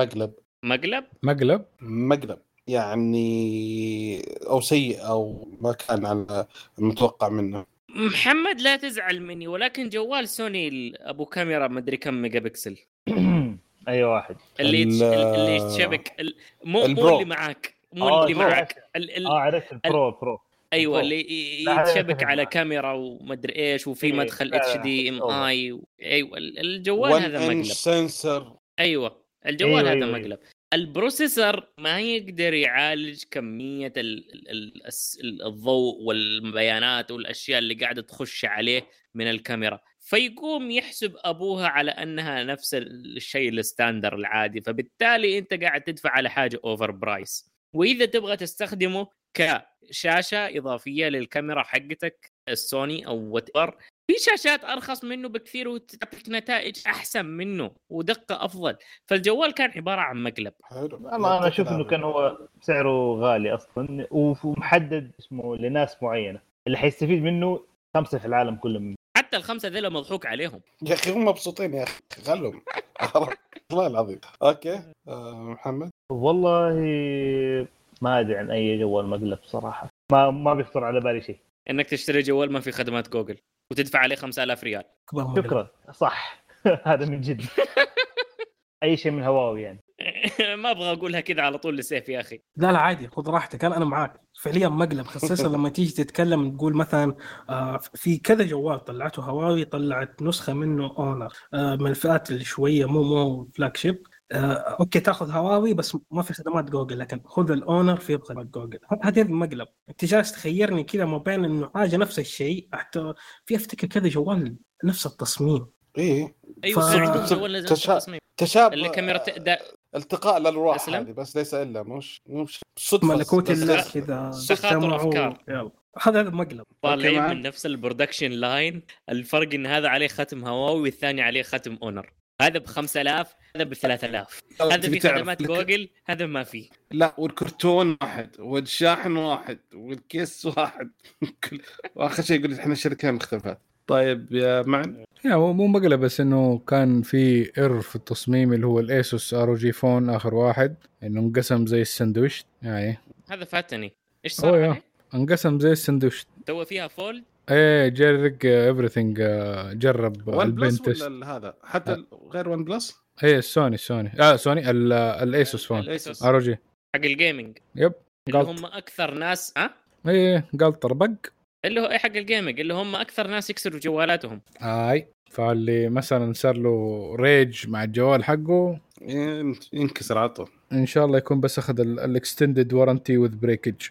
مقلب يعني او سيء او ما كان على المتوقع منه. محمد لا تزعل مني، ولكن جوال سوني ابو كاميرا ما ادري كم ميجا بكسل. اي واحد اللي يتشبك مو اللي معاك، اللي معك عرفت البرو. ايوه اللي يتشبك على كاميرا وما ادري ايش، وفي مدخل HDMI. ايوه الجوال هذا مقلب سنسر. ايوه الجوال هذا مقلب. البروسيسور ما يقدر يعالج كمية الضوء والبيانات والأشياء اللي قاعدة تخش عليه من الكاميرا، فيقوم يحسب أبوها على أنها نفس الشيء الستاندر العادي، فبالتالي أنت قاعد تدفع على حاجة أوفر برايس. وإذا تبغى تستخدمه كشاشة إضافية للكاميرا حقتك السوني أو واتيفر، في شاشات أرخص منه بكثير وتعطيك نتائج أحسن منه ودقة أفضل. فالجوال كان عبارة عن مقلب. أنا أشوف إنه كان هو سعره غالي أصلاً ومحدد اسمه لناس معينة اللي حيستفيد منه 5 في العالم كلهم. حتى ال5 ذيلا مضحوك عليهم يا أخي، هم مبسوطين يا أخي، خلهم. والله العظيم. أوكي محمد. والله ما أدري عن أي جوال مقلب صراحة، ما بيخطر على بالي شيء. إنك تشتري جوال ما في خدمات جوجل وتدفع عليه 5000 ريال. شكرا صح. هذا من جد. اي شيء من هواوي يعني. ما ابغى اقولها كذا على طول لسيف يا اخي. لا عادي، خذ راحتك، انا معاك فعليا مقلب، خصوصا لما تيجي تتكلم تقول مثلا في كذا جوال طلعته هواوي، طلعت نسخه منه اونر من الفئات اللي شويه مو فلاج شيب، اوكي تاخذ هواوي بس ما في خدمات جوجل، لكن خذ الاونر في خدمات جوجل. هذا مقلب. انت جالس تخيرني كذا ما بين انه حاجه نفس الشيء، حتى في افتكر كذا جوال نفس التصميم. ايه ايوه جوال نفس التصميم تشابه اللي كاميرا التقاء للارواح هذه، بس ليس الا مش صدفه ملكوت الله كذا تخاطر افكار. هذا مقلب طالعين من نفس البرودكشن لاين، الفرق ان هذا عليه ختم هواوي والثاني عليه ختم اونر. هذا ب5000 هذا ب3000. هذا في خدمات جوجل هذا ما فيه. لا والكرتون واحد والشاحن واحد والكيس واحد واخر شيء يقول احنا شركه مختلفات. طيب يا معن مو مقلب، بس انه كان في في التصميم اللي هو الاسوس ROG فون اخر واحد، انه انقسم زي السندويش يعني. هذا فاتني ايش صار عليه؟ انقسم زي السندويش، سوى فيها فولد. ايه جرب everything. جرب البنتس ولا هذا حتى غير ون بلس. ايه سوني الاسوس فون ROG حق الجيمنج. يب هم اكثر ناس ايه قال طربق اللي هو اي حق الجيمنج اللي هم اكثر ناس يكسروا جوالاتهم. فاللي مثلا صار له ريج مع الجوال حقه ينكسر على طول. ان شاء الله يكون بس اخذ الاكستندد وارنتي وذ بريكج.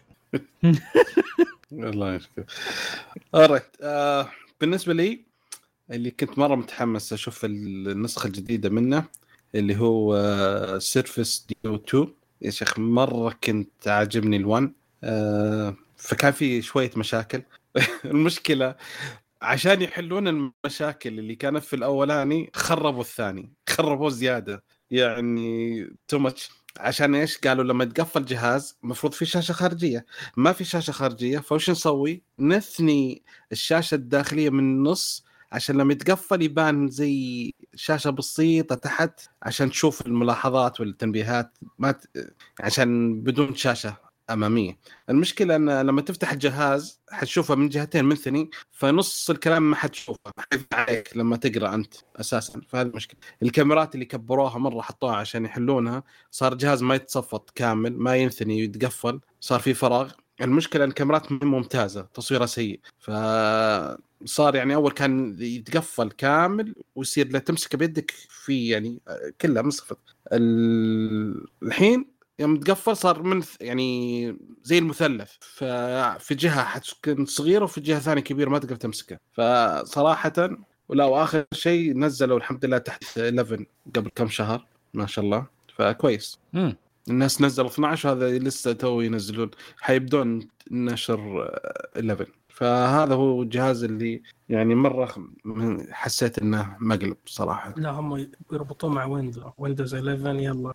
الله يشكر. alright. بالنسبه لي اللي كنت مره متحمس اشوف النسخه الجديده منه اللي هو سيرفس ديو 2. يا شيخ مره كنت عاجبني الوان. فكان في شويه مشاكل. المشكله عشان يحلون المشاكل اللي كانت في الاولاني خربوا الثاني، خربوا زياده يعني تو ماتش. عشان ايش؟ قالوا لما تقفل جهاز مفروض في شاشه خارجيه، ما في شاشه خارجيه، فوش نسوي؟ نثني الشاشه الداخليه من النص عشان لما يتقفل يبان زي شاشه بسيطه تحت عشان تشوف الملاحظات والتنبيهات، عشان بدون شاشه اماميه. المشكله ان لما تفتح الجهاز حتشوفها من جهتين منثني، فنص الكلام ما حتشوفه عليك لما تقرا انت اساسا. فهذه المشكله. الكاميرات اللي كبروها مره حطوها عشان يحلونها، صار الجهاز ما يتصفط كامل، ما ينثني ويتقفل، صار في فراغ. المشكله ان الكاميرات ممتازه، تصويرها سيء، فصار يعني اول كان يتقفل كامل ويصير لا تمسك بيدك في يعني كلها مصفط. الحين يوم تقفل صار من يعني زي المثلث، ففي جهة حتكون صغيرة وفي جهة ثانية كبيرة ما تقدر تمسكها. فصراحة ولا آخر شيء نزلوا الحمد لله تحت 11 قبل كم شهر ما شاء الله، فكويس. الناس نزلوا 12 وهذا لسه تو ينزلون، حيبدون نشر 11. فهذا هو الجهاز اللي يعني مرة حسيت انه مقلب صراحة. لا هم يربطوه مع ويندوز 11. يلا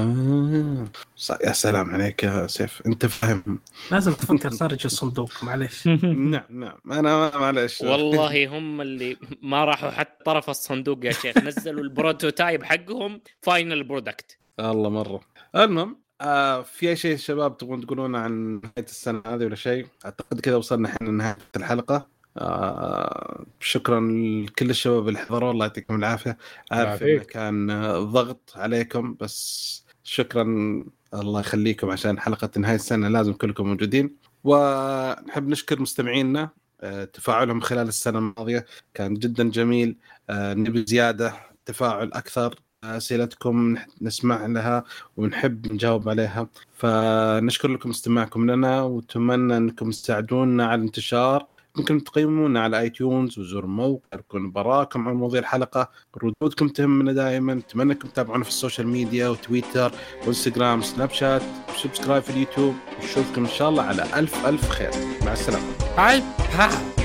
يا سلام عليك يا سيف، انت فاهم. لازم تفكر خارج الصندوق. معليش. نعم انا معليش والله هم اللي ما راحوا حتى طرف الصندوق يا شيخ، نزلوا البروتوتايب حقهم فاينل برودكت. الله مرة. المهم في أي شيء شباب تبغون تقولون عن نهاية السنة هذه ولا شيء؟ أعتقد كذا وصلنا إحنا لنهاية الحلقة. شكرا لكل الشباب اللي حضروا، الله يعطيكم العافية. عارف إنه كان ضغط عليكم بس شكرا، الله يخليكم، عشان حلقة نهاية السنة لازم كلكم موجودين. ونحب نشكر مستمعينا، تفاعلهم خلال السنة الماضية كان جدا جميل. نبي زيادة تفاعل أكثر، أسئلتكم نسمع لها ونحب نجاوب عليها. فنشكر لكم استماعكم لنا، وأتمنى أنكم تساعدونا على الانتشار. ممكن تقيمونا على ايتونز وزور موقع، يكون براكم عن مواضيع الحلقة. ردودكم تهمنا دائما. أتمنى أنكم تتابعونا في السوشيال ميديا وتويتر وإنستغرام سناب شات وسبسكرايب في اليوتيوب. نشوفكم إن شاء الله على ألف خير. مع السلامة.